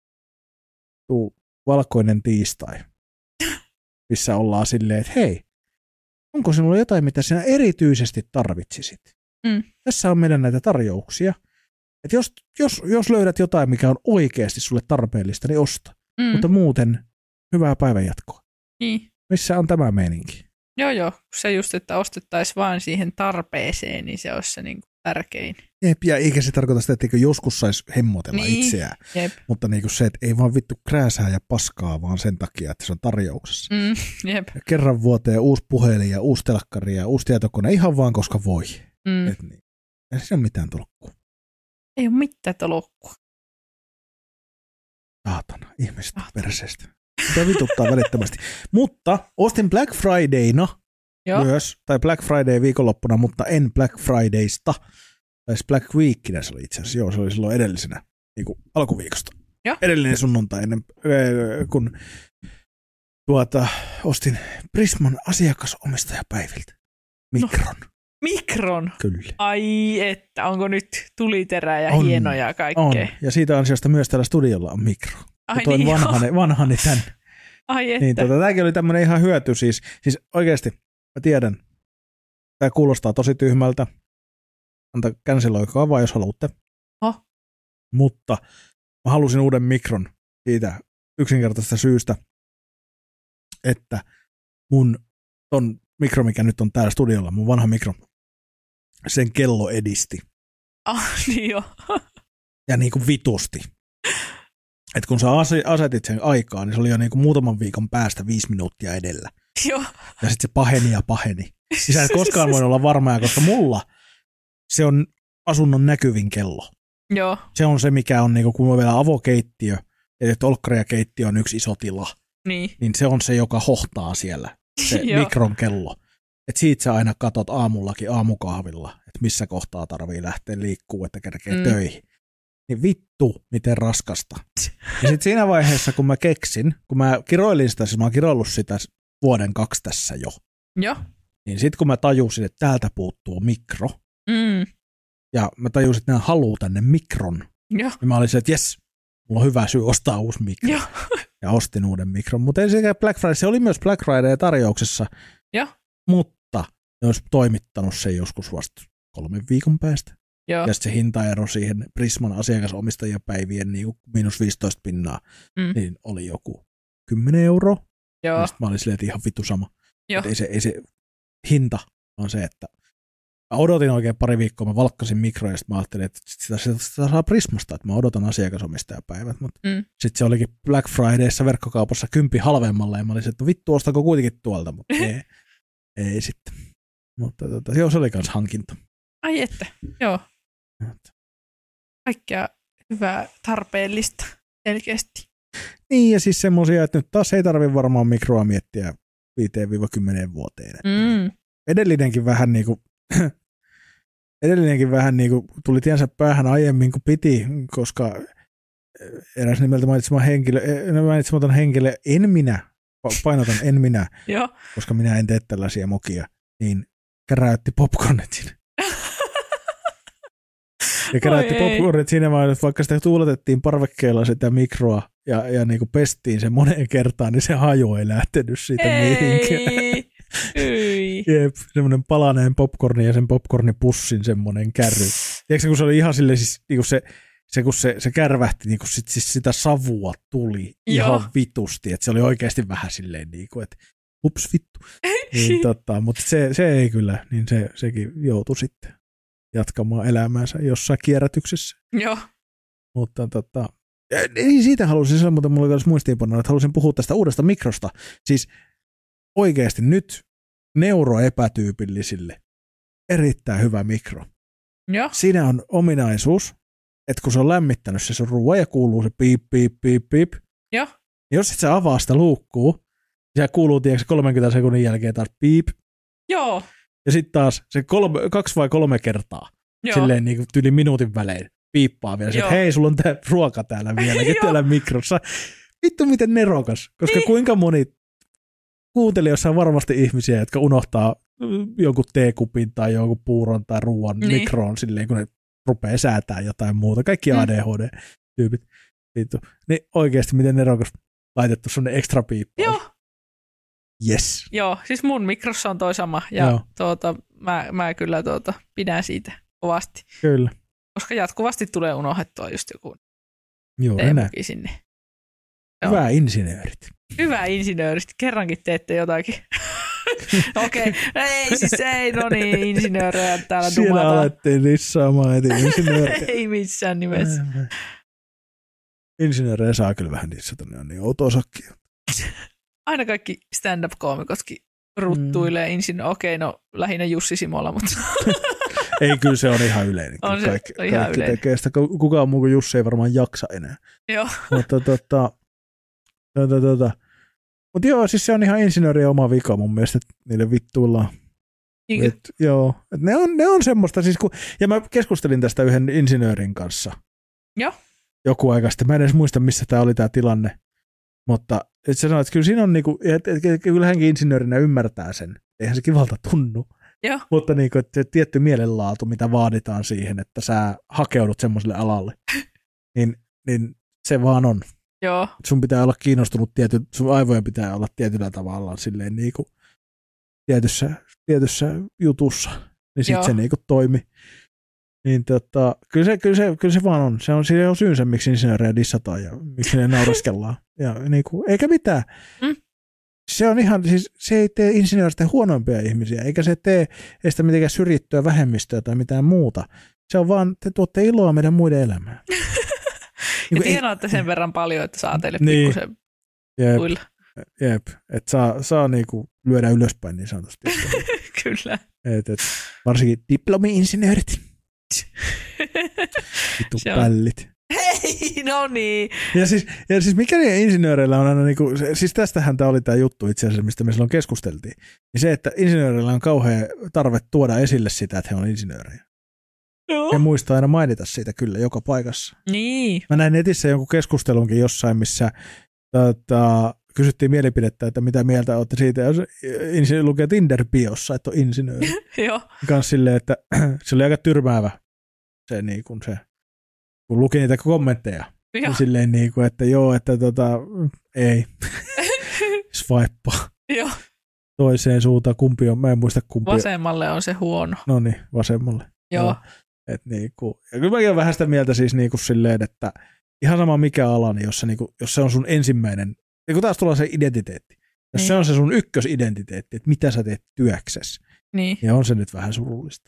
tuu, valkoinen tiistai, missä ollaan silleen, että hei, onko sinulla jotain, mitä sinä erityisesti tarvitsisit? Mm. Tässä on meidän näitä tarjouksia. Että jos, jos, jos löydät jotain, mikä on oikeasti sulle tarpeellista, niin osta. mm, Mutta muuten, hyvää päivänjatkoa. niin. Missä on tämä meininki? Joo, joo. Se just, että ostettaisiin vain siihen tarpeeseen, niin se olisi se niin kuin tärkein. Jep, ja eikä se tarkoita sitä, että joskus saisi hemmotella Niin. itseään. Jep. Mutta niin kuin se, että ei vaan vittu krääsää ja paskaa, vaan sen takia, että se on tarjouksessa. Mm, jep. Ja kerran vuoteen uusi puhelin ja uusi telkkari ja uusi tietokone, ihan vaan koska voi. Mm. Et niin. Ei se ole mitään tolkkua. Ei ole mitään tolokkua. Saatana, ihmiset Saatana. perseestä. Sitä vituttaa välittömästi. Mutta ostin Black Fridayna Joo. myös, tai Black Friday viikonloppuna, mutta en Black Fridaysta. Tai Black Weekinä se oli itse asiassa. Joo, se oli silloin edellisenä, niin kuin alkuviikosta. Joo. Edellinen sunnuntai ennen, kun tuota, ostin Prisman asiakasomistajapäiviltä. Mikron, no. Mikron. Kyllä. Ai että, onko nyt tuliterää ja On, hienoja On. kaikkea? Ja siitä ansiosta myös täällä studiolla on mikro. Ai Ja toin niin, vanhani, joo. vanhani tän. Ai että. Niin, tota, tämäkin oli tämmöinen ihan hyöty. Siis, siis oikeasti, mä tiedän, tämä kuulostaa tosi tyhmältä. Anta canceloikaa vaan, jos haluatte. Oh. Mutta mä halusin uuden mikron siitä yksinkertaisesta syystä, että mun ton mikro, mikä nyt on täällä studiolla, mun vanha mikro, sen kello edisti. Ah, niin joo. Ja niin kuin vitusti. Et kun sä asetit sen aikaa, niin se oli jo niin kuin muutaman viikon päästä viisi minuuttia edellä. Joo. Ja sitten se paheni ja paheni. Ja sä et koskaan voi olla varmaa, koska mulla se on asunnon näkyvin kello. Joo. Se on se, mikä on, niin kuin, kun on vielä avokeittiö, ja tolkkari ja keittiö on yksi iso tila, niin. niin se on se, joka hohtaa siellä, se mikron kello. Et siitä sä aina katot aamullakin aamukahvilla, että missä kohtaa tarvii lähteä liikkuu, että kerkee mm. töihin. Niin vittu, miten raskasta. Ja sitten siinä vaiheessa, kun mä keksin, kun mä kiroilin sitä, siis mä oon kiroillut sitä vuoden kaksi tässä jo. Joo. Niin sitten kun mä tajusin, että täältä puuttuu mikro, mm. ja mä tajusin, että nämä haluaa tänne mikron, Joo. niin mä olin se, että jes, mulla on hyvä syy ostaa uusi mikro. Joo. Ja ostin uuden mikron. Mutta ei sekä Black Friday, se oli myös Black Friday tarjouksessa. Joo. Mutta ne olisi toimittanut sen joskus vasta kolmen viikon päästä. Joo. Ja sitten se hintaero siihen Prisman asiakasomistajapäivien niin miinus viisitoista pinnaa, mm. niin oli joku kymmenen euroa. Joo. Ja sitten mä olin silleen, että ihan vittu sama. Joo. Ei se, ei se hinta on se, että mä odotin oikein pari viikkoa, mä valkkasin mikroja ja sitten mä ajattelin, että sitä, sitä, sitä saa Prismasta, että mä odotan asiakasomistajapäivät. Mutta mm. sitten se olikin Black Fridayssa verkkokaupassa kympi halvemmalla ja mä olin, että vittu, ostako kuitenkin tuolta, mutta ei, ei sitten. Mutta tota, joo, se oli kans hankinta. Ai että, joo. Kaikkea hyvää, tarpeellista, selkeästi. Niin, ja siis semmosia, että nyt taas ei tarvitse varmaan mikroa miettiä viiteen kymmeneen vuoteen. Mm. Edellinenkin vähän niin kuin, edellinenkin vähän niin kuin tuli tiensä päähän aiemmin kuin piti, koska eräs nimeltä mainitsematon henkilö, mainitsematon henkilö, en minä, painotan en minä, koska minä en tee tällaisia mokia, niin käräytti popcornetin. Ja kerätti popcornit siinä vaiheessa, vaikka sitä tuuletettiin parvekkeella sitä mikroa ja, ja niin kuin pestiin se moneen kertaan, niin se haju ei lähtenyt siitä mihinkään. Jep, semmoinen palaneen popcorni ja sen popcornipussin semmoinen kärry. Tiedätkö, kun se oli ihan silleen, siis, niin kuin se, se, kun se, se kärvähti, niin kuin sit, siis sitä savua tuli ihan Joo. vitusti, että se oli oikeasti vähän silleen, niin kuin, että ups vittu. Niin, tota, mutta se, se ei kyllä, niin se, sekin joutui sitten jatkamaan elämäänsä jossain kierrätyksessä. Joo. Mutta tota, niin siitä halusin sanoa, mutta mulla oli myös muistiinpanoa, että halusin puhua tästä uudesta mikrosta. Siis oikeasti nyt neuroepätyypillisille erittäin hyvä mikro. Joo. Siinä on ominaisuus, että kun se on lämmittänyt se sun ruoan ja kuuluu se piip, piip, piip, piip. Joo. Jos et sä avaa sitä luukkuu, niin se kuuluu tiedätkö kolmenkymmenen sekunnin jälkeen taas piip. Joo. Ja sitten taas se kolme, kaksi vai kolme kertaa, Joo. silleen niin kuin yli minuutin välein piippaa vielä, että hei, sulla on tää ruoka täällä vieläkin täällä mikrossa. Vittu miten nerokas, koska niin. Kuinka moni kuuntelijoissa on varmasti ihmisiä, jotka unohtaa jonkun teekupin tai jonkun puuron tai ruoan niin. mikroon silleen, kun ne rupeaa säätää jotain muuta. Kaikki mm. A D H D-tyypit. Vittu. Niin oikeasti miten nerokas laitettu sellainen ekstra piippaus. Joo. Yes. Joo, siis mun mikrossa on toi sama ja tuota, mä, mä kyllä tuota, pidän siitä kovasti. Kyllä. Koska jatkuvasti tulee unohdettua just joku teemukin sinne. Hyvä insinöörit. Hyvä insinöörit. Kerrankin teette jotakin. Okei, okay. ei siis ei, no niin, insinöörejä täällä Siellä dumataan. Siellä alettiin lissaamaan heti insinöörejä. Ei missään nimessä. Insinöörejä saa kyllä vähän dissata, ne on niin outoa sakkia. Aina kaikki stand-up-koomikotkin ruttuilee mm. insinööri. Okei, okay, no lähinnä Jussi Simola, mutta... Ei, kyllä se on ihan yleinen. On se kaikki, on ihan kaikki yleinen. Tekee sitä. Kukaan muu kuin Jussi ei varmaan jaksa enää. Joo. Mutta tota, tota, tota. Mut joo, siis se on ihan insinöörien oma vika mun mielestä, että niille vittuillaan. Et, joo, et ne, on, ne on semmoista, siis kun, ja mä keskustelin tästä yhden insinöörin kanssa. Joo. Joku aika sitten. Mä en edes muista, missä tämä oli tämä tilanne. Mutta et sä sanoit, että kyllä siinä on niinku, että et, kyllä hänkin insinöörinä ymmärtää sen. Eihän se kivalta tunnu. Joo. Mutta niinku, että tietty mielenlaatu, mitä vaaditaan siihen, että sä hakeudut semmoiselle alalle, niin, niin se vaan on. Joo. Sun pitää olla kiinnostunut, tiety, sun aivojen pitää olla tietyllä tavalla silleen niinku tietyssä, tietyssä jutussa, niin sitten se niinku toimi. Niin tota, kyllä se, kyllä, se, kyllä se vaan on. Se on, siinä on syynsä, miksi insinöörejä dissataan ja miksi ne naureskellaan. Ja niinku, eikä mitään. Mm. Se on ihan, siis se ei tee insinööristä huonompia ihmisiä, eikä se tee estä mitenkään syrjittyä vähemmistöä tai mitään muuta. Se on vaan, te tuotte iloa meidän muiden elämään. Ja tienaatte sen verran paljon, että saa teille niin, pikkusen tuilla. Jep, että saa, saa niinku lyödä ylöspäin niin sanotusti. Kyllä. Et, et, varsinkin diplomi-insinöörit. Vittu pällit. Hei, no niin. Ja siis, ja siis mikä niiden insinööreillä on aina, niinku, siis tästähän tämä oli tämä juttu itse asiassa, mistä me silloin keskusteltiin. Niin se, että insinööreillä on kauhean tarve tuoda esille sitä, että he on insinöörejä. Joo. He muistaa aina mainita siitä kyllä joka paikassa. Niin. Mä näin netissä jonkun keskustelunkin jossain, missä tota, kysyttiin mielipidettä, että mitä mieltä olette siitä, jos insinööri lukee Tinder-biossa, että on insinööri. Joo. Kans silleen, että se oli aika tyrmäävä se, niin kun se, kun luki niitä kommentteja. Niin silleen niin kuin, että joo, että tota, ei. Swipea. Joo. Toiseen suuntaan, kumpi on, mä en muista kumpi. Vasemmalle on se huono. No niin, vasemmalle. Joo. No, et niinku, ja kyllä mäkin olen vähän sitä mieltä siis niinku silleen, että ihan sama mikä ala, niin jos se, niinku, jos se on sun ensimmäinen, ja kun taas tulee se identiteetti, jos niin. se on se sun ykkösidentiteetti, että mitä sä teet työksessä, niin, niin on se nyt vähän surullista.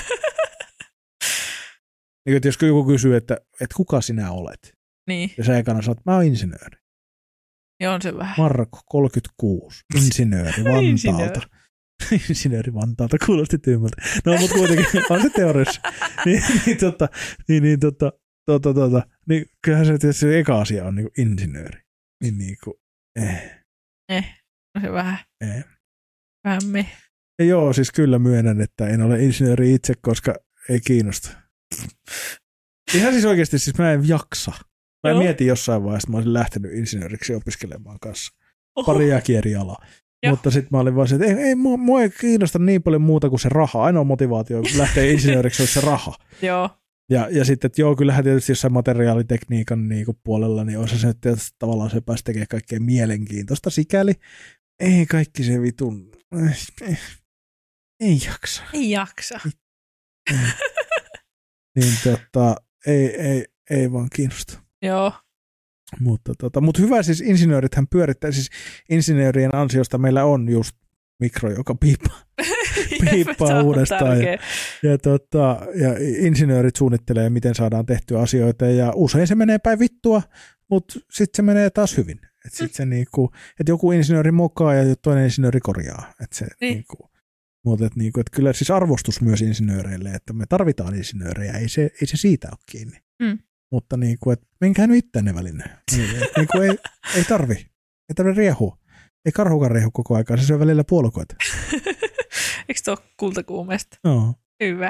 Niin, että jos joku kysyy, että, että kuka sinä olet, niin. ja sä ekana sanot, mä oon insinööri. Ja on se vähän. Marko, kolmekymmentäkuusi, insinööri Vantaalta. Insinööri Vantaalta, kuulosti tyhmältä. No, mutta kuitenkin on se teoriassa. niin, niin, tota, niin, niin, tota, tota, tota, niin kyllähän se tietysti se eka asia on niin kuin insinööri. Niin, niin kuin, eh. Eh, on se vähän. Eh. Vähän me. Ja joo, siis kyllä myönnän, että en ole insinööri itse, koska ei kiinnosta. Ihan siis oikeasti, siis mä en jaksa. Mä joo. mietin jossain vaiheessa, että mä olisin lähtenyt insinööriksi opiskelemaan kanssa. Oho. Pari jääkierialaa. Mutta sitten mä olin vaan se, että ei, ei mua, mua ei kiinnosta niin paljon muuta kuin se raha. Ainoa motivaatio lähteä insinööriksi on se raha. Joo. Ja, ja sitten, että joo, kyllähän tietysti jossain materiaalitekniikan niin kuin puolella, niin on se että tavallaan se pääsi tekemään kaikkea mielenkiintoista sikäli. Ei kaikki se vitun, ei, ei jaksa. Ei jaksa. Ei. niin tota, ei, ei, ei vaan kiinnosta. Joo. Mutta, tota, mutta hyvä siis insinöörithän pyörittää, siis insinöörien ansiosta meillä on just mikro, joka piippaa, piippaa uudestaan. Ja, ja, tota, ja insinöörit suunnittelee, miten saadaan tehtyä asioita ja usein se menee päin vittua, mutta sitten se menee taas hyvin. Että sit se niinku, et joku insinööri mokaa ja toinen insinööri korjaa. Et se, niin. niinku, mutta et niinku, et kyllä siis arvostus myös insinööreille, että me tarvitaan insinöörejä, ei se, ei se siitä ole kiinni. Mm. Mutta niinku, että menkää nyt itseänne väline. Niinku, ei, ei tarvi. Ei tarvi riehua. Ei karhukaan riehu koko aikaa, se syö välillä puolukoita. Eikö tuo kultakuumesta? No. Hyvä.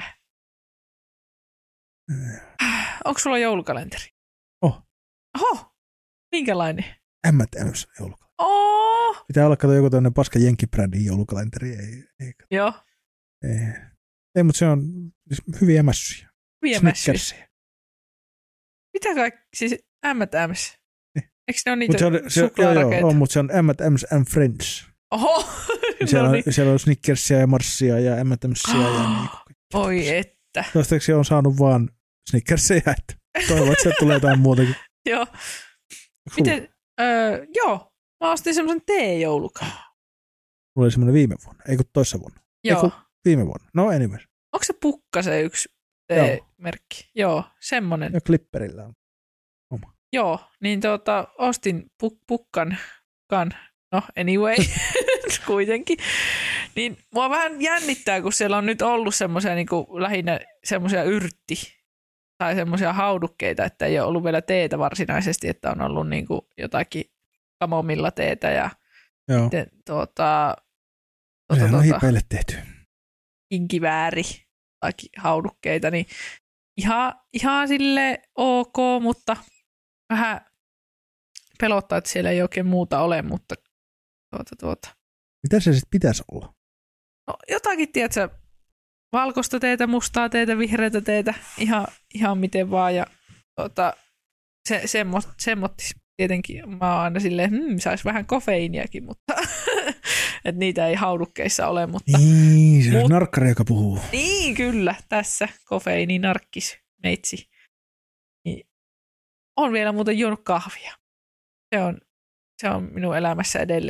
Onko sulla joulukalenteri? Oh. Oho, minkälainen? M and M's joulukalenteri. Oh. Pitää olla kato joku tämmöinen paska jenkkibrändin joulukalenteri. Ei, ei. Joo. Ei, ei mutta se on hyviä mässyjä. Hyviä mässyjä. Mitä kaikki, siis M and M's? Niin. Eikö ne ole niitä se on, se, suklaarakeita? Joo, on, mutta se on M and M's and Friends. Oho, siellä, no on, niin. siellä on Snickersia ja Marsia ja M and M's ja oh, niin. Oi että. Toistaiseksi on saanut vaan Snickersia, että toivon, että sieltä tulee jotain muutakin. Joo. Miten, öö, joo, mä ostin semmoisen teejoulukan. Mulla oli semmoinen viime vuonna, ei kun toissa vuonna. Joo. Ei viime vuonna, no anyway. Onko se Pukka se yksi teemerkki? Joo, joo semmoinen. Ja Clipperillä on oma. Joo, niin tuota, ostin puk- Pukkan kan, no anyway, kuitenkin. Niin mua vähän jännittää, kun siellä on nyt ollut semmoisia niin kuin lähinnä semmoisia yrtti- tai semmoisia haudukkeita, että ei ole ollut vielä teetä varsinaisesti, että on ollut niin kuin jotakin kamomilla teetä ja joo. Sitten, tuota, tuota, tuota, on hipeille tehty. inkivääri tai haudukkeita, niin ihan, ihan sille ok, mutta vähän pelottaa, että siellä ei oikein muuta ole, mutta tuota, tuota. Mitä se sitten pitäisi olla? No jotakin, tiedätkö, valkoista teetä, mustaa teetä, vihreätä teetä, ihan, ihan miten vaan. Ja tuota, se, semmo, semmottis tietenkin. Mä oon aina silleen, hmm, sais vähän kofeiiniakin, mutta että niitä ei haudukkeissa ole. Mutta, niin, se on mut, narkkari, joka puhuu. Niin, kyllä, tässä kofeiini, narkkis, meitsi. Niin, on vielä muuten juonut kahvia. Se on, se on minun elämässä edelleen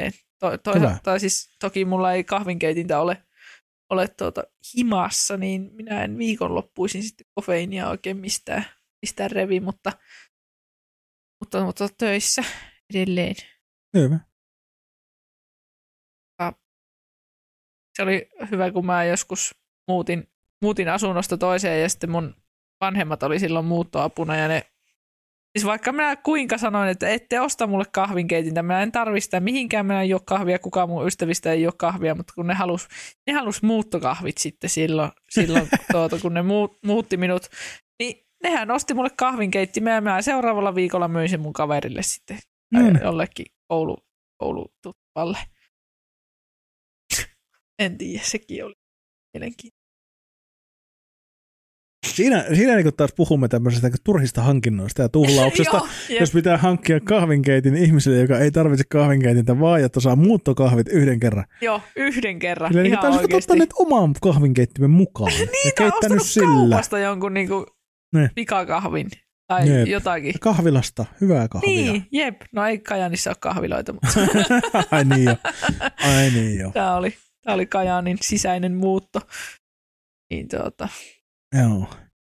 To, toisaalta siis toki mulla ei kahvinkeitintä ole, ole tuota himassa, niin minä en viikonloppuisin sitten kofeiinia oikein mistään, mistään revi, mutta, mutta, mutta töissä edelleen. Hyvä. Se oli hyvä, kun mä joskus muutin, muutin asunnosta toiseen ja sitten mun vanhemmat oli silloin muuttoapuna ja ne, siis vaikka minä kuinka sanoin, että ette osta mulle kahvinkeitintä, minä en tarvitse sitä mihinkään, minä en juo kahvia, kukaan mun ystävistä ei juo kahvia, mutta kun ne halus, ne halus muuttokahvit sitten silloin, silloin tuota, kun ne muut, muutti minut, niin nehän osti mulle kahvinkeittimeä ja mä seuraavalla viikolla myin sen mun kaverille sitten mm. jollekin koulu, koulututvalle. En tiedä, sekin oli mielenkiintoista. Siinä, siinä niin taas puhumme tämmöisestä turhista hankinnoista ja tuhlauksesta. Joo, jos pitää hankkia kahvinkeitin ihmiselle, joka ei tarvitse kahvinkeitintä, vaan jotta saa muuttokahvit yhden kerran. Joo, yhden kerran. Kyllä niin taas ottaneet oman kahvinkeittimen mukaan. Niin, ja keittänyt sillä. Kaupasta jonkun niinku pikakahvin tai Jep. jotakin. Kahvilasta, hyvää kahvia. Niin, jep. No ei Kajaanissa ole kahviloita, mutta... Ai niin jo. Ai niin jo. Tämä oli, tämä oli Kajaanin sisäinen muutto. Niin tuota... Joo.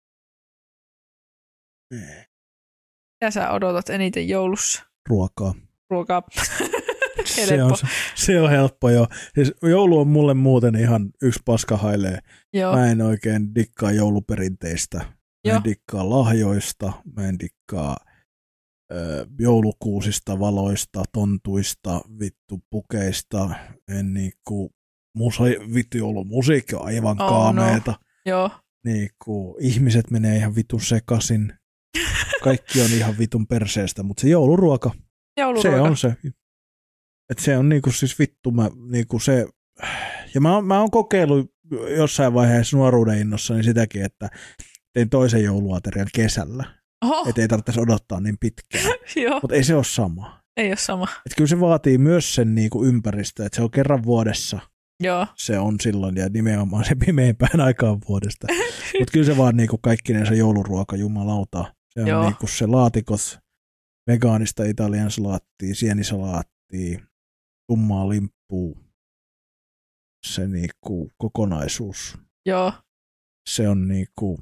Mitä sä odotat eniten joulussa? Ruokaa. Ruokaa. se, on, se on helppo jo. Siis joulu on mulle muuten ihan yksi paska hailee. Joo. Mä en oikein dikkaa jouluperinteistä. Mä Joo. en dikkaa lahjoista. Mä en dikkaa ö, joulukuusista, valoista, tontuista, vittu pukeista. En niinku, musa, vittu joulumusiikki on aivan oh, kaameeta. No. Joo. Niin, kun ihmiset menee ihan vitun sekasin. Kaikki on ihan vitun perseestä, mutta se jouluruoka, jouluruoka. se on se. Että se on niinku siis vittu, mä, niinku se, ja mä, mä oon kokeillut jossain vaiheessa nuoruuden innossa niin sitäkin, että tein toisen jouluaterian kesällä. Että ei tarvitsisi odottaa niin pitkään. Mutta ei se ole sama. Ei ole sama. Että kyllä se vaatii myös sen niinku ympäristöä, että se on kerran vuodessa. Joo. Se on silloin ja nimenomaan se pimeimpään aikaan vuodesta. Mutta kyllä se vaan niinku kaikkinensa jouluruoka, jumalauta. Se on niinku se laatikos, vegaanista italian salaattia, sienisalaattia, tummaa limppua. Se niinku kokonaisuus. Joo. Se on niinku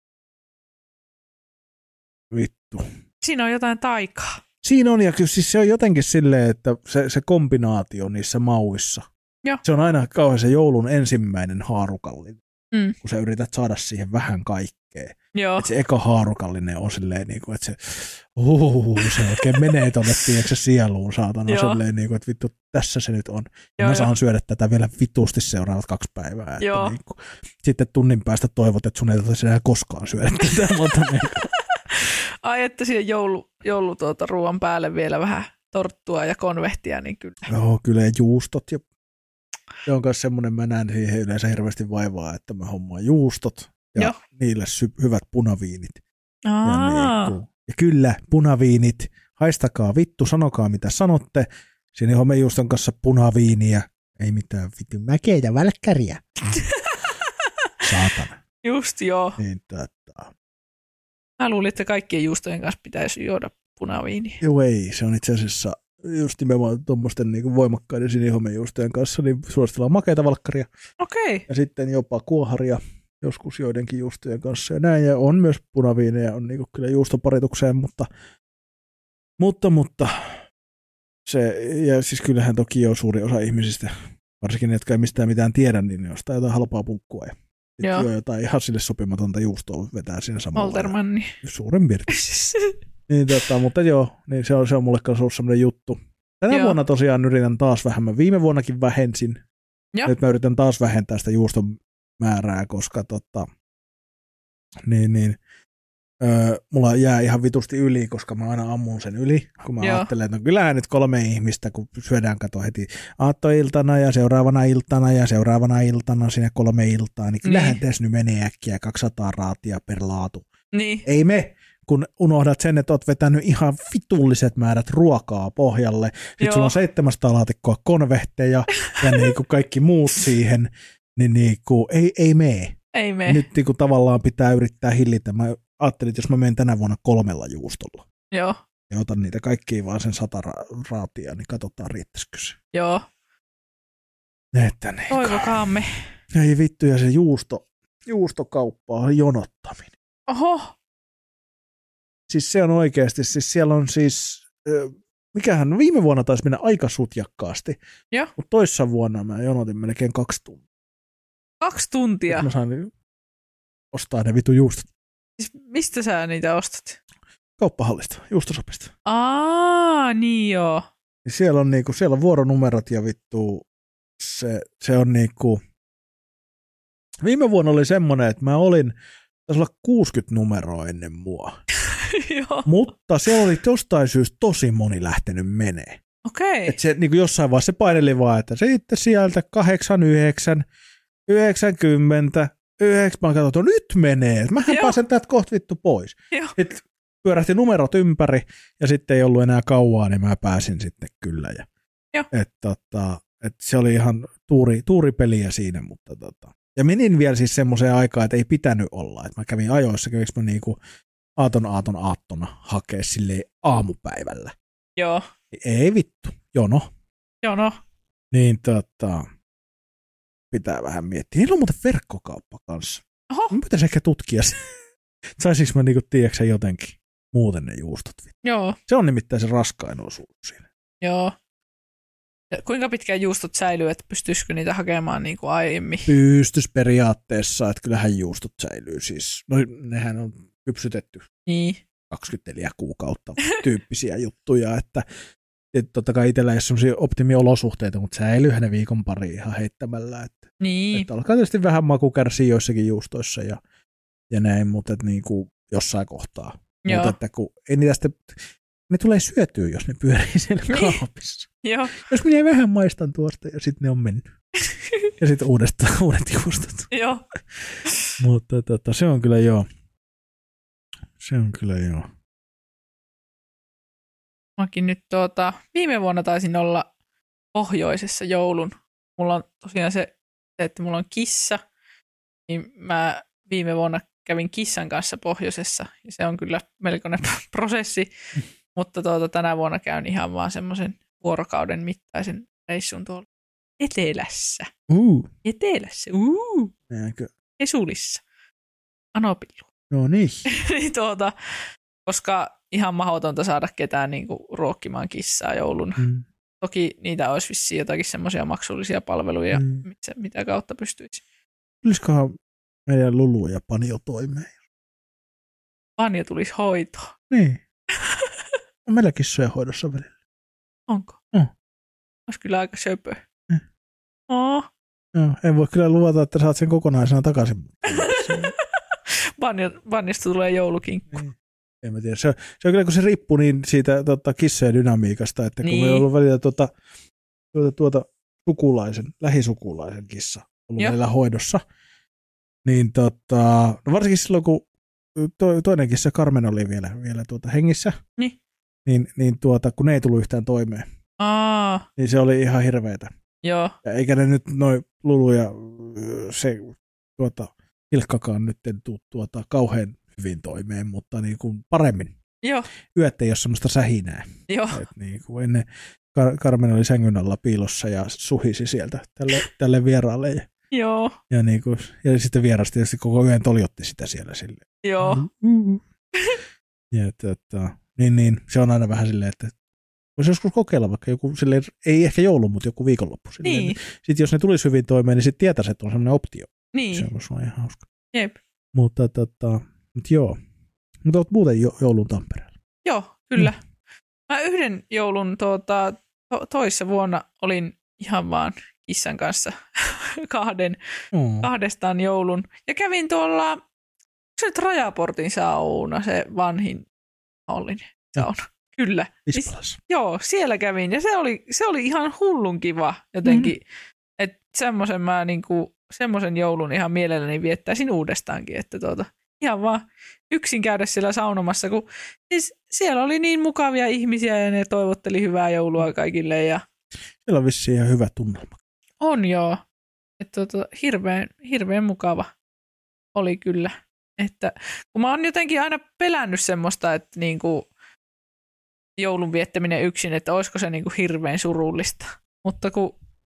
vittu. Siinä on jotain taikaa. Siinä on ja kyllä siis se on jotenkin silleen, että se, se kombinaatio niissä mauissa. Joo. Se on aina kauhean se joulun ensimmäinen haarukallinen, mm. kun sä yrität saada siihen vähän kaikkea. Joo. Että se eka haarukallinen on silleen, niin kuin, että se, uh, se oikein menee tuonne, tiedätkö, sieluun saatana. Silleen, niin kuin, että vittu, tässä se nyt on. Ja Joo, mä saan jo. syödä tätä vielä vitusti seuraavat kaksi päivää. Että, niin kuin, sitten tunnin päästä toivot, että sun ei tarvitse enää koskaan syödä tätä. Mutta, niin ai, että siihen joulu, joulu tuota, ruoan päälle vielä vähän torttua ja konvehtia, niin kyllä. Joo, kyllä ja juustot ja se on myös semmoinen, mä näen siihen yleensä hirveästi vaivaa, että mä hommaan juustot ja Joo. niille sy- hyvät punaviinit. Ja, niin, ja kyllä, punaviinit, haistakaa vittu, sanokaa mitä sanotte. Siinä homejuuston kanssa punaviiniä, ei mitään vittu mäkeä ja välkkäriä. Saatana. Just joo. Niin, tota. Mä luulin, että kaikkien juustojen kanssa pitäisi juoda punaviiniä. Joo ei, se on itse asiassa just nimenomaan tuommoisten niin voimakkaiden sinihomejuustojen kanssa, niin suositellaan makeita valkkaria. Okei. Okay. Ja sitten jopa kuoharia joskus joidenkin juustojen kanssa ja näin. Ja on myös punaviinejä, on niin kyllä juustoparitukseen, mutta, mutta, mutta se, ja siis kyllähän toki on suuri osa ihmisistä, varsinkin ne, jotka ei mistään mitään tiedä, niin ne ostaa jotain halpaa punkkua ja sitten jotain ihan sille sopimatonta juustoa vetää siinä samalla. Oltermanni. Suuren piirtein. Niin, tota, mutta joo, niin se on, se on mulle kanssa ollut sellainen juttu. Tänä joo. vuonna tosiaan yritän taas vähemmän. Viime vuonnakin vähensin. Joo. Nyt mä yritän taas vähentää sitä juuston määrää, koska tota, niin, niin, öö, mulla jää ihan vitusti yli, koska mä aina ammun sen yli. Kun mä joo. ajattelen, että no kyllähän nyt kolme ihmistä, kun syödään kato heti aattoiltana ja seuraavana iltana ja seuraavana iltana sinne kolme iltaa, niin kyllähän niin. tässä nyt menee äkkiä kaksisataa raatia per laatu. Niin. Ei me. Kun unohdat sen, että oot vetänyt ihan vitulliset määrät ruokaa pohjalle. Sitten Joo. sulla on seitsemänsataa laatikkoa konvehteja ja niinku kaikki muut siihen, niin niinku, ei, ei mee. Ei mee. Nyt niinku tavallaan pitää yrittää hillitä. Mä ajattelin, että jos mä menen tänä vuonna kolmella juustolla Joo. ja otan niitä kaikkia vaan sen sata ra- raatia, niin katsotaan riittäisikö se. Joo. Että niin. Toivokaamme. Ei vittu, ja se juusto, juustokauppa on jonottaminen. Oho. Siis se on oikeasti, siis siellä on siis, mikähän, no viime vuonna taisi mennä aika sutjakkaasti. Joo. Mutta toissa vuonna mä jonotin melkein kaksi tuntia. Kaksi tuntia? Nyt mä sain ostaa ne vitu juustot. Siis mistä sä niitä ostat? Kauppahallista, juustosopista. Aa, niin joo. Siellä on, niinku, siellä on vuoronumerot ja vittu, se, se on niinku, viime vuonna oli semmoinen, että mä olin, taisi olla kuusikymmentä numeroa ennen mua. Joo. Mutta siellä oli jostain syystä tosi moni lähtenyt menee. Okei. Että se niinku jossain vaiheessa se paineli vaan, että sitten sieltä kahdeksan, yhdeksän, yhdeksänkymmentä, yhdeksän, mä katsoin, että nyt menee. Mähän Joo. pääsen täältä kohta vittu pois. Joo. Sitten pyörähti numerot ympäri ja sitten ei ollut enää kauaa, niin mä pääsin sitten kyllä. Ja, et, tota, et se oli ihan tuuri, tuuripeliä siinä, mutta tota. Ja menin vielä siis semmoiseen aikaan, että ei pitänyt olla. Et mä kävin ajoissa, kävinkö mä niinku aaton aaton aattona hakea silleen aamupäivällä. Joo. Ei vittu, jono. Jono. Niin tota, pitää vähän miettiä. Niillä on muuten verkkokauppa kanssa. Oho. Mä pitäisi ehkä tutkia se. Saisinko mä niinku, tiedätkö jotenkin muuten ne juustot? Joo. Se on nimittäin se raskain osuus siinä. Joo. Ja kuinka pitkään juustot säilyy, että pystyisikö niitä hakemaan niin kuin aiemmin? Pystyisi periaatteessa, että kyllähän juustot säilyy siis. No nehän on kypsytetty niin. kaksikymmentäneljä kuukautta tyyppisiä juttuja, että et totta kai itsellä ei ole sellaisia optimiolosuhteita, mutta säilyyhän ne viikon pari ihan heittämällä. Että, niin. että alkaa tietysti vähän maku kärsiä joissakin juustoissa ja, ja näin, mutta että niin kuin jossain kohtaa. Joo. Mutta että kun ei niitä sitten, ne tulee syötyä, jos ne pyörii siellä niin. kaapissa. Joo. Jos minä vähän maistan tuosta ja sitten ne on mennyt. Ja sitten uudestaan uudet juustot. Joo. Mutta tota, se on kyllä joo. Se on kyllä joo. Mäkin nyt tuota, viime vuonna taisin olla pohjoisessa joulun. Mulla on tosiaan se, että mulla on kissa, niin mä viime vuonna kävin kissan kanssa pohjoisessa, ja se on kyllä melkoinen prosessi, mutta tuota, tänä vuonna käyn ihan vaan semmoisen vuorokauden mittaisen reissun tuolla etelässä. Uh. Etelässä, uh. Näinkö? Esulissa. Anopillu. No niin. niin tuota, koska ihan mahdotonta saada ketään niinku ruokkimaan kissaa jouluna. Mm. Toki niitä olisi vissiin jotakin semmoisia maksullisia palveluja, mm. mitä, mitä kautta pystyisi. Tulisikohan meidän Lulu ja Panjo toimeen? Panjo tulisi hoitoon. Niin. On meillä kissoja hoidossa välillä. Onko? On. Olisi kyllä aika söpö. Mm. Oh. Joo, en voi kyllä luvata, että saat sen kokonaisena takaisin. Panjosta tulee joulukinkku. Niin. En mä tiedä. Se on, se on kyllä, kun se riippuu niin siitä tota, kissojen dynamiikasta, että kun niin. me on ollut välillä tuota, tuota, tuota sukulaisen, lähisukulaisen kissa ollut Joo. meillä hoidossa, niin tota, no varsinkin silloin, kun to, toinen kissa Carmen oli vielä, vielä tuota hengissä, niin, niin, niin tuota, kun ne ei tullut yhtään toimeen, Aa. niin se oli ihan hirveetä. Joo. Ja eikä ne nyt noin Lulu ja se tuota, Ilkkakaan nyt en tuu tuota, kauhean hyvin toimeen, mutta niin kuin paremmin. Joo. Yöt ei ole semmoista sähinää. Joo. Et niin kuin ennen Kar- Carmen oli sängyn alla piilossa ja suhisi sieltä tälle, tälle vieraalle. Ja, Joo. Ja, niin kuin, ja sitten vieras tietysti koko yön toljotti sitä siellä silleen. Joo. Mm-hmm. Ja tota, niin, niin, se on aina vähän silleen, että voisi joskus kokeilla vaikka joku, silleen, ei ehkä joulu, mutta joku viikonloppu. Silleen. Niin. Sitten jos ne tulisi hyvin toimeen, niin sitten tietäisi, että on semmoinen optio. Niin. Se on vaan ihan hauska. Jep. Mutta, tota, mutta joo. Mutta olet muuten jo, joulun Tampereella. Joo, kyllä. Mm. Mä yhden joulun tuota, to- toissa vuonna olin ihan vaan kissan kanssa kahden, mm. kahdestaan joulun. Ja kävin tuolla, onko se nyt Rajaportin sauna, se vanhin Ollinen sauna? Mm. Kyllä. Ispalassa. Joo, siellä kävin ja se oli, se oli ihan hullun kiva jotenkin. Mm. Että semmoisen mä niinku, semmoisen joulun ihan mielelläni viettäisin uudestaankin, että tuota, ihan vaan yksin käydä siellä saunomassa, kun siis siellä oli niin mukavia ihmisiä ja ne toivotteli hyvää joulua kaikille. Ja siellä on vissiin ihan hyvä tunnelma. On joo, että tuota, hirveän, hirveän mukava oli kyllä, että kun mä oon jotenkin aina pelännyt semmoista, että niinku joulun viettäminen yksin, että olisiko se niinku hirveän surullista, mutta kun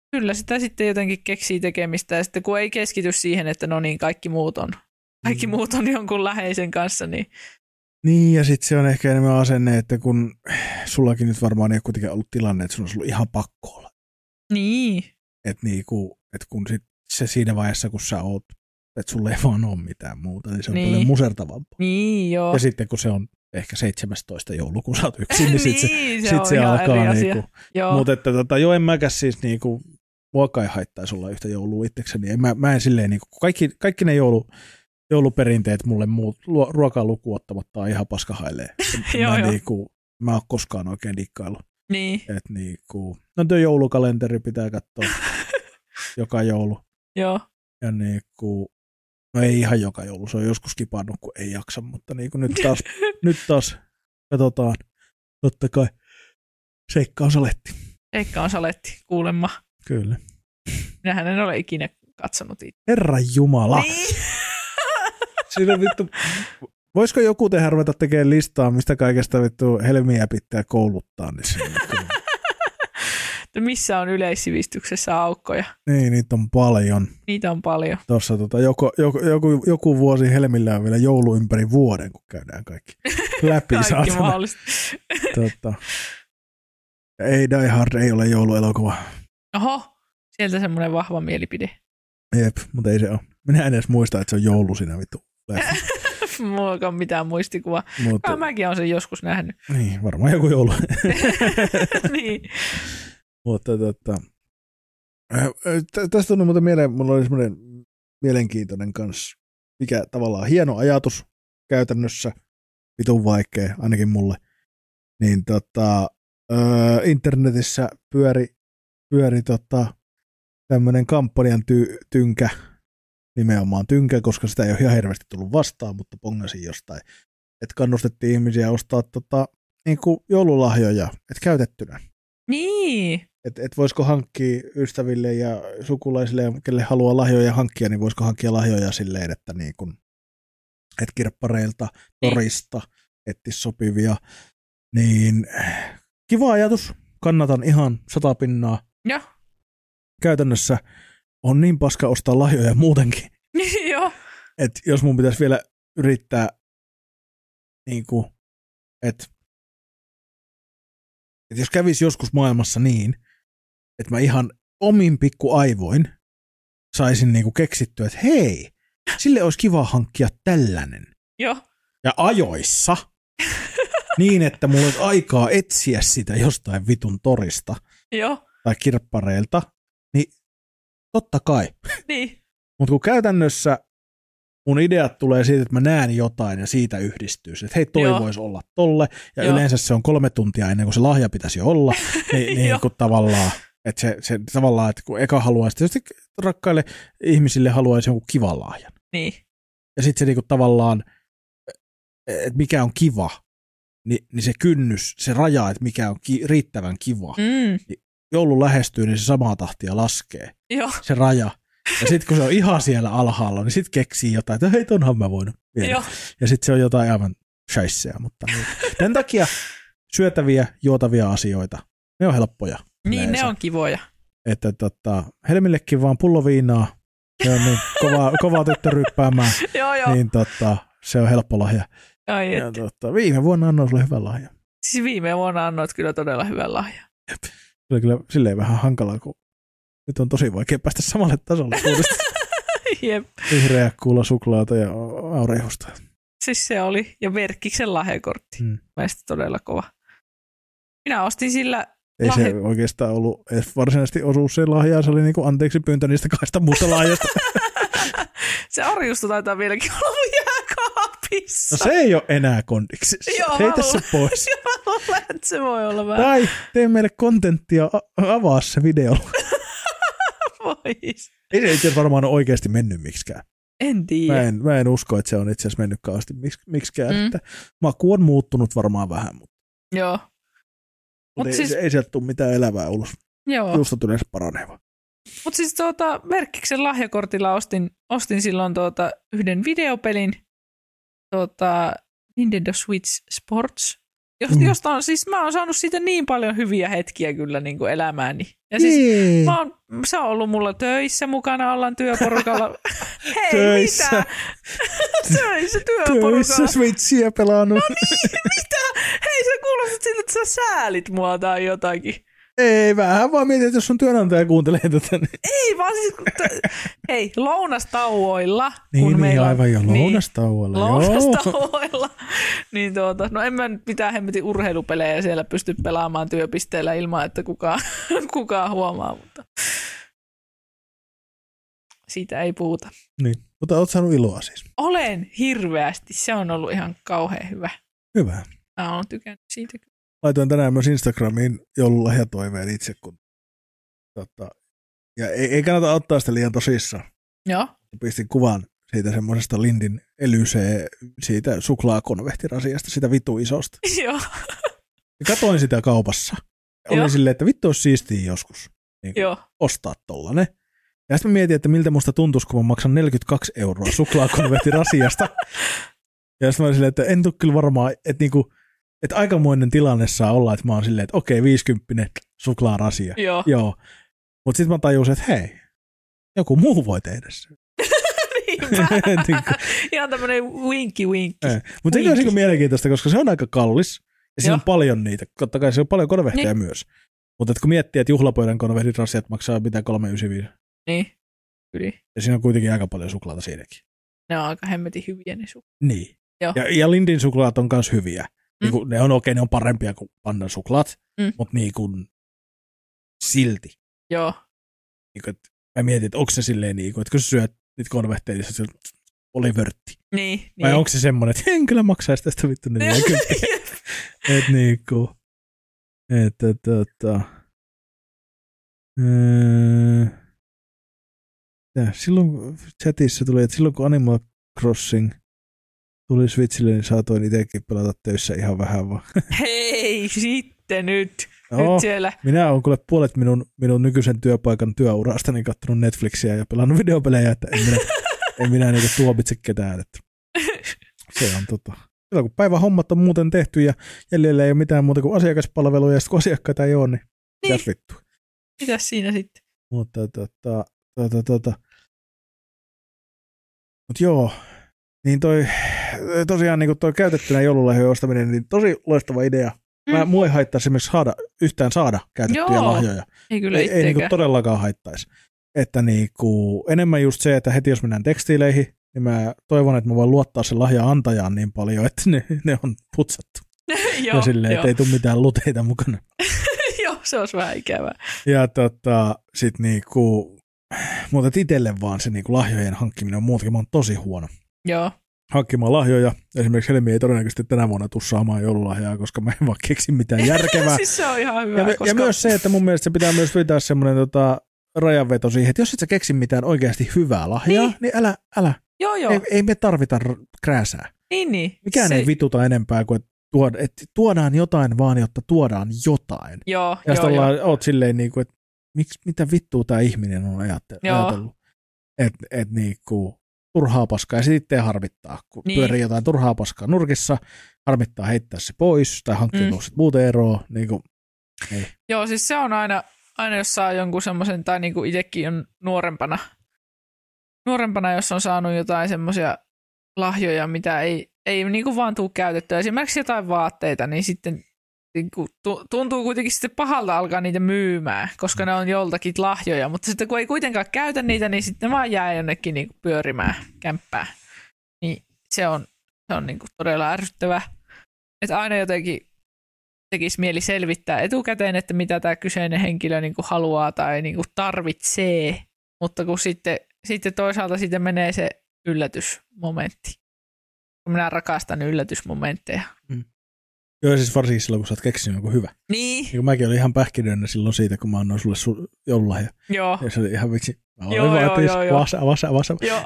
Kyllä sitä sitten jotenkin keksii tekemistä ja sitten kun ei keskity siihen, että no niin, kaikki muut on, kaikki mm. muut on jonkun läheisen kanssa, niin... Niin ja sitten se on ehkä enemmän asenne, että kun sullakin nyt varmaan ei ole kuitenkin ollut tilanne, että sun on ollut ihan pakko olla. Niin. Että niinku, et kun sit se siinä vaiheessa, kun sä oot, että sulla ei vaan ole mitään muuta, niin se on niin. paljon musertavampaa. Niin, joo. Ja sitten kun se on ehkä seitsemästoista joulu, kun sä oot yksin, niin sitten niin, se, se, sit se alkaa niinku. Mutta että tota, joo, en mäkäs siis niinku, muakaan ei haittaisi olla yhtä joulua itsekseni. En, mä, mä en silleen niinku, kaikki, kaikki ne joulu, jouluperinteet mulle muut, ruokaa lukuun ottamatta on ihan paskahailee. joo, mä, joo. niinku, mä oon koskaan oikein dikkailu. Niin. Et niinku, no tuo joulukalenteri pitää katsoa joka joulu. Joo. Ja niinku, no ei ihan joka joulu, se on joskus kipannut, kun ei jaksa, mutta niinku nyt taas, nyt taas katsotaan, totta kai, Seikka on saletti. Seikka on saletti, kuulemma. Kyllä. Minähän en ole ikinä katsonut itse. Herran Jumala. Niin. Siinä vittu, voisiko joku tehdä ruveta tekemään listaa, mistä kaikesta vittu helmiä pitää kouluttaa? Niin missä on yleissivistyksessä aukkoja? Niin, niitä on paljon. Niitä on paljon. Tuossa tota, joku, joku, joku, joku vuosi Helmillä on vielä joulu ympäri vuoden, kun käydään kaikki läpi. Kaikki mahdollista. Tota, ei Die Hard ei ole jouluelokuva. Oho, sieltä semmoinen vahva mielipide. Jep, mutta ei se ole. Minä en edes muista, että se on joulu siinä vittu. Mulla ei ole mitään muistikuvaa. Mutta... Mäkin olen sen joskus nähnyt. Niin, varmaan joku joulu. Niin. Mutta tota, tästä on muuten mieleen, mulla oli semmoinen mielenkiintoinen kanssa, mikä tavallaan hieno ajatus käytännössä, vitun vaikea, ainakin mulle. Niin tota, öö, internetissä pyöri, pyöri tota, tämmöinen kampanjan ty, tynkä, nimenomaan tynkä, koska sitä ei ole ihan hirveästi tullut vastaan, mutta pongasin jostain, että kannustettiin ihmisiä ostaa tota, niin kuin joululahjoja, että käytettynä. Niin. Että et voisiko hankkia ystäville ja sukulaisille, ja kelle haluaa lahjoja hankkia, niin voisiko hankkia lahjoja silleen, että niin kun, et kirppareilta, torista, ettis sopivia. Niin kiva ajatus, kannatan ihan sata pinnaa. Joo. Käytännössä on niin paska ostaa lahjoja muutenkin. Joo. Että jos mun pitäisi vielä yrittää, niin kuin, että et jos kävisi joskus maailmassa niin, että mä ihan omin pikku aivoin saisin niinku keksittyä, että hei, sille olisi kiva hankkia tällainen. Joo. Ja ajoissa niin, että mulla olisi aikaa etsiä sitä jostain vitun torista Joo. tai kirppareilta, niin totta kai. Niin. Mutta kun käytännössä mun ideat tulee siitä, että mä näen jotain ja siitä yhdistyy. Että hei, toi Joo. voisi olla tolle. Ja Joo. yleensä se on kolme tuntia ennen kuin se lahja pitäisi jo olla. Niin, niin kuin tavallaan, että se, se tavallaan, että kun eka haluaisi, tietysti rakkaille ihmisille haluaisi jonkun kivan lahjan. Niin. Ja sitten se niin kuin tavallaan, että mikä on kiva, niin, niin se kynnys, se raja, että mikä on ki- riittävän kiva. Mm. Niin joulu lähestyy, niin se samaa tahtia laskee. Joo. Se raja. Ja sitten kun se on ihan siellä alhaalla, niin sitten keksii jotain, että hei, tonhan mä voinut viedä. Joo. Ja sitten se on jotain aivan scheisseä. Mutta niin. Tämän takia syötäviä, juotavia asioita, ne on helppoja. Niin, yleensä. ne on kivoja. Että tota, Helmillekin vaan pullo viinaa, se on niin kova, kova tyttö ryppäämään, Joo, joo. niin tota, se on helppo lahja. Ai Ja tota, viime vuonna annoin sulle hyvän lahjan. Siis viime vuonna annoit kyllä todella hyvän lahjan. Jep. Se oli kyllä silleen vähän hankalaa, kun nyt on tosi vaikea päästä samalle tasolle uudestaan. Jep. Vihreä kuulla suklaata ja aureihusta. Siis se oli. Ja Verkkiksen lahjakortti. Hmm. Mielestäni todella kova. Minä ostin sillä... Ei lahja... se oikeastaan ollut edes varsinaisesti osuus se lahjaa, se oli niinku anteeksi pyyntö niistä kahdesta muusta lahjasta. Se arjusto taitaa vieläkin olla mun jääkaapissa. No se ei ole enää kondiksessa. Joo, heitä mä se pois. Joo, mä luulen, että se voi olla vähän. Tai tee meille kontenttia, a- avaa se videolla. Vois. Ei se itse varmaan ole oikeasti mennyt miksikään. En tiedä. Mä en, mä en usko, että se on itse asiassa mennyt kauheasti miks, miksikään. Mm. Että maku on muuttunut varmaan vähän, mutta, Joo. mutta Mut ei, siis, ei sieltä tule mitään elävää ulos. joo. Juustot yleensä paraneva. Mutta siis tuota, Verkkiksen lahjakortilla ostin, ostin silloin tuota yhden videopelin, tuota, Nintendo Switch Sports, Jos, mm. josta on, siis mä oon saanut siitä niin paljon hyviä hetkiä kyllä niin kuin elämääni. Ja siis mä oon, se on ollut mulla töissä mukana, ollaan työporukalla. Hei, töissä. Mitä? Töissä työporukalla. Töissä Switchiä pelannut. No niin, mitä? Hei, sä kuulostat siltä, että sä säälit mua tai jotakin. Ei, vähän vaan mietin, että jos sun työnantaja kuuntelee tätä. Niin... Ei, vaan siis, t- hei, lounastauoilla. Niin, kun niin meillä on, aivan jo, lounastauoilla. Niin, lounastauoilla. Niin tuota, no en mä nyt mitään hemmetin urheilupelejä siellä pysty pelaamaan työpisteellä ilman, että kukaan, kukaan huomaa, mutta siitä ei puhuta. Niin, mutta oot saanut iloa siis. Olen hirveästi, se on ollut ihan kauhean hyvä. Hyvä. Mä oon tykännyt siitä. Laitoin tänään myös Instagramiin joululahjatoiveen itse, kun tota, ja ei, ei kannata ottaa sitä liian tosissaan. Joo. Pistin kuvan siitä semmoisesta Lindin Elysee, siitä suklaakonvehtirasiasta, sitä vittu isosta. Joo. Ja katoin sitä kaupassa. Olin Joo. silleen, että vittu olisi siistiä joskus niin Joo. ostaa tollanen. Ja sitten mä mietin, että miltä musta tuntuisi, kun mä maksan neljäkymmentäkaksi euroa suklaakonvehtirasiasta. Ja sitten mä olin silleen, että en tule kyllä varmaan, että niinku että aikamoinen tilanne saa olla, että mä oon silleen, että okei, viisikymppinen suklaarasia. Joo. Joo. Mutta sitten mä tajusin, että hei, joku muu voi tehdä sen. Niinpä. Ihan tämmönen winkki winkki. Mutta se on niinku mielenkiintoista, koska se on aika kallis. Ja siinä on paljon niitä. Totta kai se on paljon konvehteja niin. myös. Mutta kun miettii, että juhlapöydän konvehtirasiat maksaa pitää kolme yhdeksänkymmentäviisi. Niin, kyllä. Ja siinä on kuitenkin aika paljon suklaata siinäkin. Ne on aika hemmetin hyviä ne suklaat. Niin. Joo. Ja, ja Lindin suklaat on myös hyviä. Mm. Niin kuin, ne on okei, okay, ne on parempia kuin pandan suklaat, mm. mutta niin kuin silti. Joo. Niin kuin, että mä mietin, että onko se silleen niin kuin, että kun sä syöt niitä konvehteja, niin se oli vörtti. Niin, vai niin. onko se semmoinen, että en kyllä maksaisi tästä vittu neljäkymmentä. Että niin kuin, että tota, öö, silloin chatissa tuli, että silloin kun Animal Crossing tuli Switchille, niin saatoin itsekin pelata töissä ihan vähän vaan. Hei, sitten nyt. No, nyt siellä. Minä olen kuule puolet minun, minun nykyisen työpaikan työurasta niin katsonut Netflixiä ja pelannut videopelejä, että en minä, en minä niin tuomitse ketään. Että se on tota. Silloin kun päivän hommat on muuten tehty ja jäljellä ei ole mitään muuta kuin asiakaspalveluja, ja sitten kun asiakkaita ei ole, niin mitäs niin. vittu. Mitäs siinä sitten? Mutta tota, tota, tota. Mut joo, niin toi tosiaan niin toi käytettynä joululahjojen ostaminen, niin tosi loistava idea. Mä mm. mua ei haittaisi esimerkiksi saada, yhtään saada käytettyjä Joo. lahjoja. Ei kyllä Ei, ei niinku todellakaan haittaisi. Että niinku, enemmän just se, että heti jos mennään tekstiileihin, niin mä toivon, että mä voin luottaa sen lahjan antajaan niin paljon, että ne, ne on putsattu. Joo, ja silleen, että ei tule mitään luteita mukana. Joo, se olisi vähän ikävää. Ja tota, sit niinku, mutta itselle vaan se niinku lahjojen hankkiminen on muutenkin, mä oon tosi huono. Joo. Hankkimaan lahjoja. Esimerkiksi Helmi ei todennäköisesti tänä vuonna tule saamaan joululahjaa, koska mä en vaan keksi mitään järkevää. Siis se on ihan hyvä. Ja, koska... ja myös se, että mun mielestä se pitää myös pitää semmoinen tota, rajanveto siihen, että jos et sä keksi mitään oikeasti hyvää lahjaa, niin, niin älä, älä. Joo, joo. Ei, ei me tarvita krääsää. Niin, niin. Mikään se... ei vituta enempää kuin, että, tuod, että tuodaan jotain vaan, jotta tuodaan jotain. Joo, ja joo, ollaan, joo. oot silleen, niin kuin, että miksi, mitä vittua tämä ihminen on ajatellut. Että et, niin kuin turhaa paskaa ja sitten harmittaa, kun niin. pyörii jotain turhaa paskaa nurkissa, harmittaa heittää se pois tai hankkia mm. muuten eroa. Niin kuin, ei. Joo, siis se on aina, aina jos saa jonkun semmoisen, tai niin kuin itsekin on nuorempana, nuorempana, jos on saanut jotain semmoisia lahjoja, mitä ei, ei niin kuin vaan tule käytettyä. Esimerkiksi jotain vaatteita, niin sitten niin kuin, tuntuu kuitenkin sitten pahalta alkaa niitä myymään, koska ne on joltakin lahjoja, mutta sitten kun ei kuitenkaan käytä niitä, niin sitten ne vaan jää jonnekin niin kuin pyörimään kämppään. Niin se on, se on niin kuin todella ärsyttävää. Että aina jotenkin tekisi mieli selvittää etukäteen, että mitä tämä kyseinen henkilö niin kuin haluaa tai niin kuin tarvitsee, mutta kun sitten, sitten toisaalta sitten menee se yllätysmomentti. Minä rakastan yllätysmomentteja. Mm. Joo, siis varsinkin silloin, kun sä oot keksinyt joku hyvä. Niin. Ja mäkin olin ihan pähkinöinä silloin siitä, kun mä annoin sulle su- joululahja. Joo. Ja se oli ihan vitsi. Mä joo, olin joo, joo, joo. Vasa, vasa, vasa. Joo.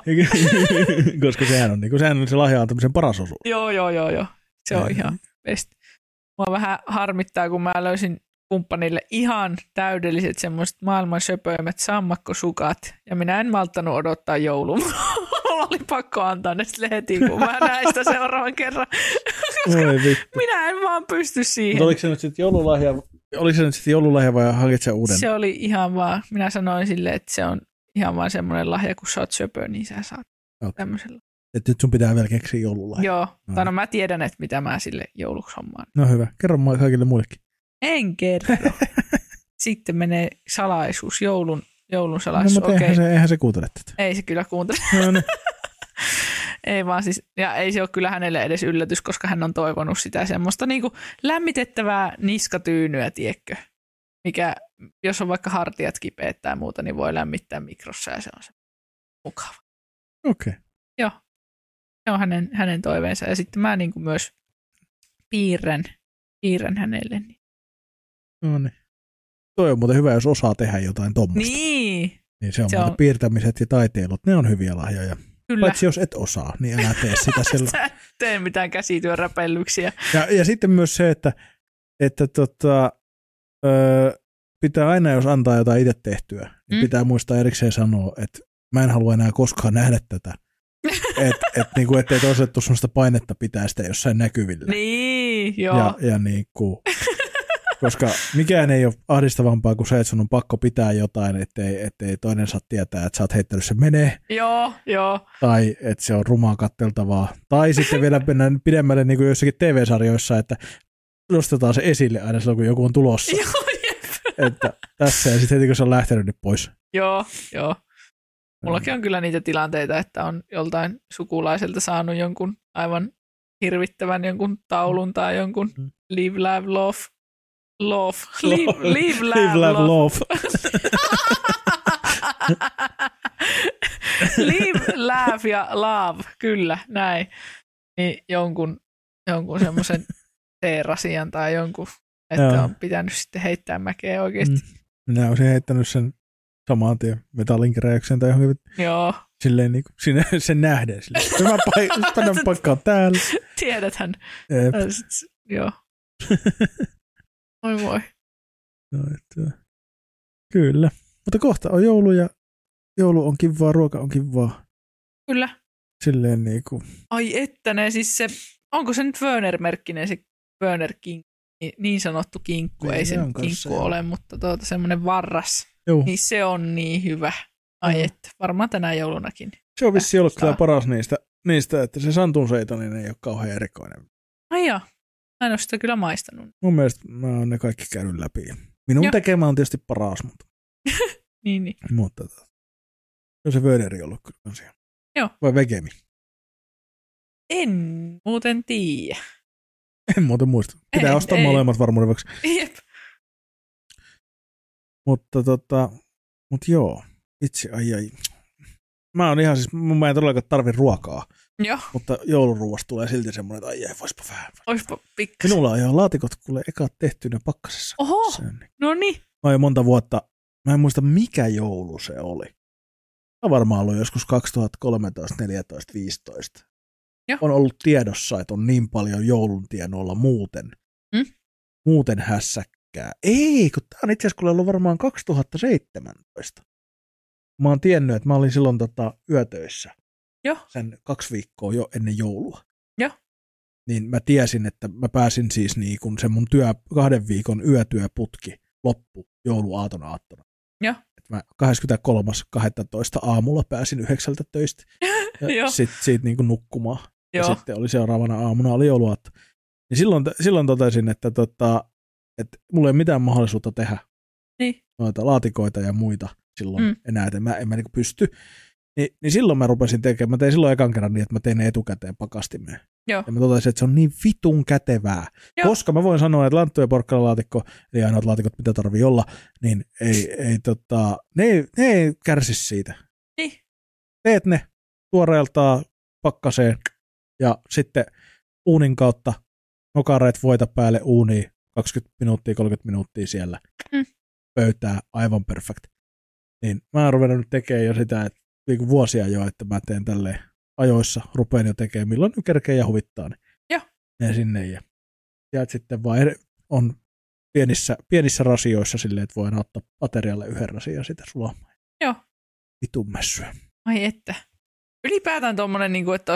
Koska sehän on, niin kuin, sehän on se lahja antamisen paras osuus. Joo, joo, joo, joo. Se on ja, ihan best. Mua vähän harmittaa, kun mä löysin kumppanille ihan täydelliset semmoiset maailman söpöimmät sammakkosukat. Ja minä en malttanut odottaa joulua. Mulla oli pakko antaa ne sille heti, kun mä näin sitä seuraavan kerran. Oi vittu. Minä en vaan pysty siihen. Mutta oliko se nyt sitten joululahja, oliko se nyt sitten joululahja vai hakit sä uuden? Se oli ihan vaan, minä sanoin silleen, että se on ihan vaan semmoinen lahja, kun sä oot söpö, niin sä saat okay. tämmöisellä. Että nyt sun pitää vielä keksiä joululahja. Joo, no. Tai no mä tiedän, että mitä mä sille jouluksi hommaan. No hyvä, kerro mä kaikille muillekin. En kerro. Sitten menee salaisuus, joulun, joulun salaisuus. No mutta eihän, okay. se, eihän se kuuntele tätä. Ei se kyllä kuuntele. No niin. Ei vaan siis, ja ei se ole kyllä hänelle edes yllätys, koska hän on toivonut sitä semmoista niin kuin lämmitettävää niskatyynyä, tiedätkö? Mikä, jos on vaikka hartiat kipeät tai muuta, niin voi lämmittää mikrossa ja se on se mukava. Okei. Okay. Joo, se on hänen, hänen toiveensa. Ja sitten mä niin kuin myös piirrän, piirrän hänelle. No niin. Toi on muuten hyvä, jos osaa tehdä jotain tommoista. Niin. Niin se on, se on... piirtämiset ja taiteilut, ne on hyviä lahjoja. Kyllä. Paitsi jos et osaa, niin älä tee sitä sillä. Sä et tee mitään käsityöräpellyksiä. Ja, ja sitten myös se, että, että tota, öö, pitää aina, jos antaa jotain itse tehtyä, niin mm. pitää muistaa erikseen sanoa, että mä en halua enää koskaan nähdä tätä. Että et, niinku, ettei toiselle tule sellaista painetta pitää sitä jossain näkyvillä. Niin, joo. Ja, ja niinku, koska mikään ei ole ahdistavampaa kuin se, että sun on pakko pitää jotain, ettei, ettei toinen saa tietää, että sä oot heittänyt sen menee. Joo, joo. Tai että se on rumaa katteltavaa. Tai sitten vielä mennään pidemmälle niin kuin joissakin T V-sarjoissa, että nostetaan se esille aina silloin, kun joku on tulossa. Joo, jep. Että tässä ja sitten heti, kun se on lähtenyt, niin pois. Joo, joo. Mullakin on kyllä niitä tilanteita, että on joltain sukulaiselta saanut jonkun aivan hirvittävän jonkun taulun tai jonkun live, love, love. Love. Live, live, love, live, love, love. Live, laugh ja love, kyllä, näin. Niin jonkun, jonkun semmoisen teerasian tai jonkun, että Joo. on pitänyt sitten heittää mäkeä oikeasti. Mm. Minä olisin heittänyt sen samaan tien metallinkeräykseen tai johonkin. Joo. Silleen niin kuin sinne, sen nähden. Silleen. Hyvä paikka, paikka on täällä. Tiedäthän. Eep. Joo. Oi voi. No, että, kyllä. Mutta kohta on joulu ja joulu on kivaa, ruoka on kivaa. Kyllä. Silleen niin kuin. Ai että ne siis se, onko se nyt Wörner-merkkinen se Wörner-kinkku, niin sanottu kinkku, ei, ei se kinkku kanssa, ole, joo. Mutta tuota semmoinen varras, Juh. Niin se on niin hyvä. Ai mm. että, varmaan tänä joulunakin. Se on vissiin ollut kyllä paras niistä, niistä, että se Santun seitonen ei ole kauhean erikoinen. Ai joo. Mä en ole sitä kyllä maistanut. Mun mielestä mä oon ne kaikki käynyt läpi. Minun Joo. tekemä on tietysti paras, mutta... niin, niin. Mutta on se Wörneri ollut kyllä asia. Joo. Vai Vegemi? En muuten tiedä. En muuten muista. Pitää en, ostaa ei. molemmat varmuuden vuoksi. Jep. Mutta tota, mut joo. Itse, ai ai. Mä oon ihan siis, mä en todellakaan tarvi ruokaa. Joo. Mutta jouluruuasta tulee silti semmoinen, että ai ai, voispa vähän. Oispa pikkasen. Minulla on jo laatikot kuule ekat tehtynä pakkasessa. Oho, no niin. Mä oon jo monta vuotta, mä en muista mikä joulu se oli. Mä varmaan ollut joskus kaksituhattakolmetoista, neljätoista, viisitoista. Joo. On ollut tiedossa, että on niin paljon joulun tienoilla muuten. Mm? Muuten hässäkkää. Ei, kun tää on itse asiassa ollut varmaan kaksituhattaseitsemäntoista. Mä oon tiennyt, että mä olin silloin tota, yötöissä. Joo. Sen kaksi viikkoa jo ennen joulua. Joo. Niin mä tiesin, että mä pääsin siis niin kun se mun työ, kahden viikon yötyöputki loppu jouluaaton aattona. Joo. Et mä kahdeskymmeneskolmas kahdestoista aamulla pääsin yhdeksältä töistä ja sitten siitä niin kun nukkumaan. Joo. Ja sitten oli seuraavana aamuna oli jouluaatto. Niin silloin, silloin totesin, että, tota, että mulla ei ole mitään mahdollisuutta tehdä niin. noita laatikoita ja muita silloin mm. enää, että mä en mä niin pysty. Ni, niin silloin mä rupesin tekemään, mä tein silloin ekan kerran niin, että mä tein ne etukäteen pakastimeen. Joo. Ja mä totesin, että se on niin vitun kätevää. Joo. Koska mä voin sanoa, että lanttu- ja porkkalalaatikko, eli ainoat laatikot, mitä tarvii olla, niin ei, ei, tota, ne, ei, ne ei kärsi siitä. Niin. Teet ne tuoreeltaan pakkaseen ja sitten uunin kautta nokareet voita päälle uuniin kaksikymmentä minuuttia, kolmekymmentä minuuttia siellä. Mm. Pöytää aivan perfect. Niin mä oon ruvennut nyt tekemään jo sitä, että niin vuosia jo, että mä teen tälleen ajoissa, rupean jo tekemään, milloin nyt kerkee ja huvittaa. Niin Joo. Ja sinne ja sieltä sitten vaan on pienissä, pienissä rasioissa silleen, että voidaan ottaa aterialle yhden rasian sitä sulamaan. Joo. Vitun mässyä. Ai että. Ylipäätään tommonen, että olisi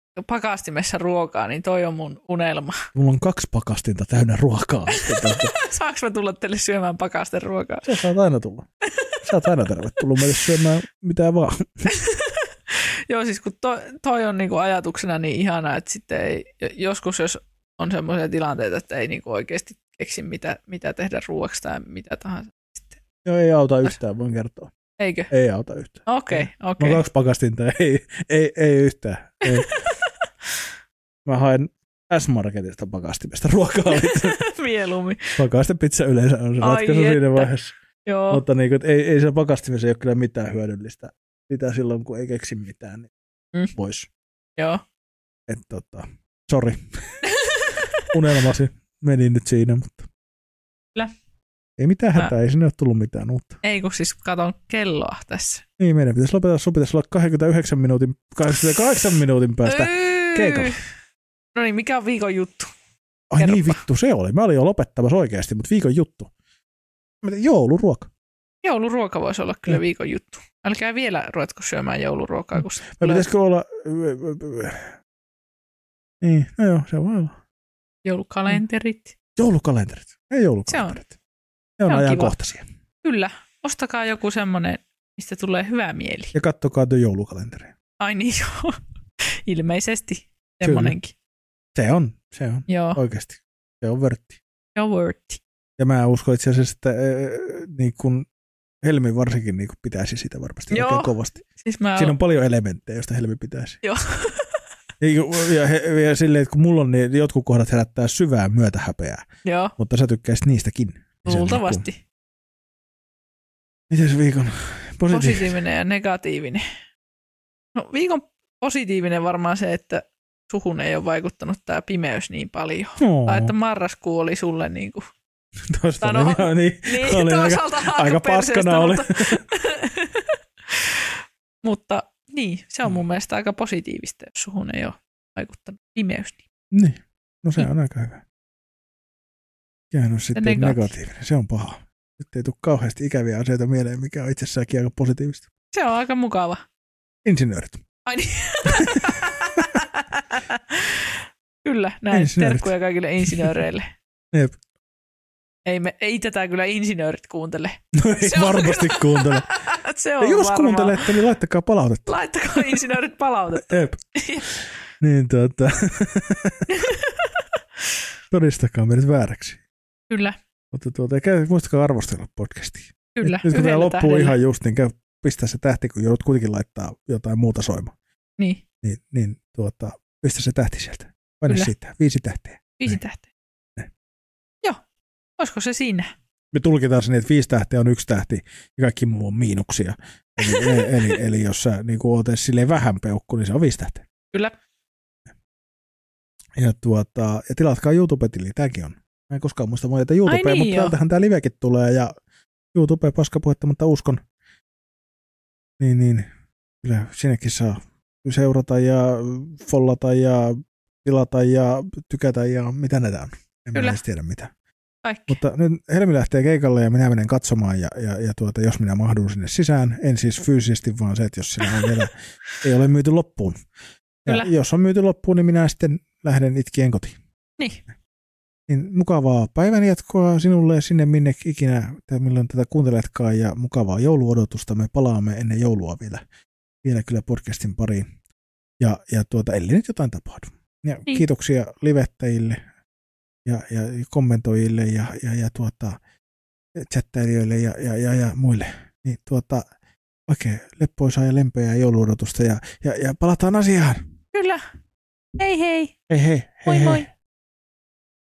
pakastimessa ruokaa, niin toi on mun unelma. Mulla on kaksi pakastinta täynnä ruokaa. Saanko mä tulla teille syömään pakasten ruokaa? Sä saat aina tulla. Sä oot aina tervetullut meille syömään mitään vaan. Joo, siis kun toi, toi on niinku ajatuksena niin ihanaa, että sitten ei, joskus jos on semmoisia tilanteita, että ei niinku oikeasti keksi mitä, mitä tehdä ruoaksi tai mitä tahansa. Sitten. Joo, ei auta yhtään, voin kertoa. Eikö? Ei auta yhtään. Okei, okay, okei. Okay. Mä oon kaksi pakastinta, ei, ei, ei yhtään. Ei. Mä haen S-Marketista pakastimesta ruokaa. Mieluummin. Pakastepizza yleensä on se ratkaisu siinä vaiheessa. Joo. Mutta niin kuin, ei, ei se pakastimessa ei ole kyllä mitään hyödyllistä. Mitä silloin, kun ei keksi mitään, niin mm. pois. Joo. Että tota, sori. Unelmasi meni nyt siinä, mutta kyllä. Ei mitään hätää, Mä... ei sinne ole tullut mitään uutta. Ei, kun siis katon kelloa tässä. Niin, meidän pitäisi lopettaa, sun pitäisi olla kaksikymmentäyhdeksän minuutin, kahdeksankymmentäkahdeksan minuutin päästä keikalla. No niin, mikä on viikon juttu? Ai Kerropa. Niin vittu, se oli. Mä olin jo lopettamassa oikeasti, mutta viikon juttu. Jouluruoka. Jouluruoka voisi olla kyllä viikon juttu. Älkää vielä ruvetko syömään jouluruokaa. Kun Mä pitäisikö olla... Niin, no joo, se voi olla. Joulukalenterit. Joulukalenterit. Ei joulukalenterit. Se on, ne on, on ajankohtaisia. Kiva. Kyllä. Ostakaa joku semmoinen, mistä tulee hyvä mieli. Ja kattokaa tuo joulukalenteri. Ai niin joo. Ilmeisesti semmoinenkin. Se on, se on. Joo. Oikeasti. Se on vörtti. Se on vörtti. Ja mä uskon itse asiassa, että äh, niin kun Helmi varsinkin niin kun pitäisi sitä varmasti joo. oikein kovasti. Siis mä Siinä on paljon elementtejä, joista Helmi pitäisi. Joo. ja, ja, ja silleen, että kun mulla on, niin jotkut kohdat herättää syvää myötähäpeää. Joo. Mutta sä tykkäisit niistäkin. Luultavasti. Niin mites viikon positiivinen? Positiivinen ja negatiivinen. No viikon positiivinen varmaan se, että suhun ei ole vaikuttanut tämä pimeys niin paljon. No. Tai että marraskuu oli sulle niin kuin... Tuosta no, oli, niin, niin, oli aika, aika paskana oli. Mutta, mutta niin, se on mun mielestä aika positiivista, jos suhun ei ole vaikuttanut pimeys. Niin, niin. No se on niin. Aika hyvä. Jäänyt sitten negatiivinen. negatiivinen. Se on paha. Nyt ei tule kauheasti ikäviä asioita mieleen, mikä on itsessäänkin aika positiivista. Se on aika mukava. Insinöörit. Ai niin. Kyllä, näin. Terkkuja kaikille insinööreille. Jep. Ei, me, ei tätä kyllä insinöörit kuuntele. No ei se varmasti on... kuuntele. Se on ja jos varmaa. kuuntelette, niin laittakaa palautetta. Laittakaa insinöörit palautetta. Jep. Niin tuota. Todistakaa meidät vääräksi. Kyllä. Mutta tuota, muistakaa arvostella podcastia. Kyllä. Nyt kun tämä loppuu tähdellä. Ihan just, niin käy pistää se tähti, kun joudut kuitenkin laittaa jotain muuta soimaan. Niin. Niin, niin tuota, pistä se tähti sieltä. Paina siitä. Viisi tähteä. Viisi Näin. tähteä. Näin. Joo. Olisiko se siinä? Me tulkitaan se niin, että viisi tähteä on yksi tähti ja kaikki muu on miinuksia. Eli, eli, eli jos sä niin oot silleen vähän peukku, niin se on viisi tähteä. Kyllä. Ja, tuota, ja tilatkaa YouTube-tili, tämäkin on. Mä en koskaan muista muuta YouTubea, niin, mutta jo. Täältähän tämä livekin tulee ja YouTube paskapuhetta, mutta uskon. Niin, niin. Kyllä sinnekin saa seurata ja follata ja tilata ja tykätä ja mitä näitä on. En Kyllä. mä edes tiedä mitä. Kaikki. Mutta nyt Helmi lähtee keikalle ja minä menen katsomaan ja, ja, ja tuota, jos minä mahdun sinne sisään, en siis fyysisesti, vaan se, että jos siellä on vielä, ei ole myyty loppuun. Ja Kyllä. jos on myyty loppuun, niin minä sitten lähden itkien kotiin. Niin. Niin mukavaa päivän jatkoa sinulle ja sinne minne ikinä, milloin tätä kuunteletkaan, ja mukavaa jouluodotusta. Me palaamme ennen joulua vielä, vielä kyllä podcastin pariin. Ja, ja tuota, ellei nyt jotain tapahdu. Ja niin. Kiitoksia livettäjille ja, ja kommentoijille ja, ja, ja tuota, chattailijoille ja, ja, ja, ja muille. Niin tuota, oikein leppoisaa ja lempeää jouluodotusta ja, ja, ja palataan asiaan. Kyllä. Hei hei. Hei hei. hei moi hei. moi.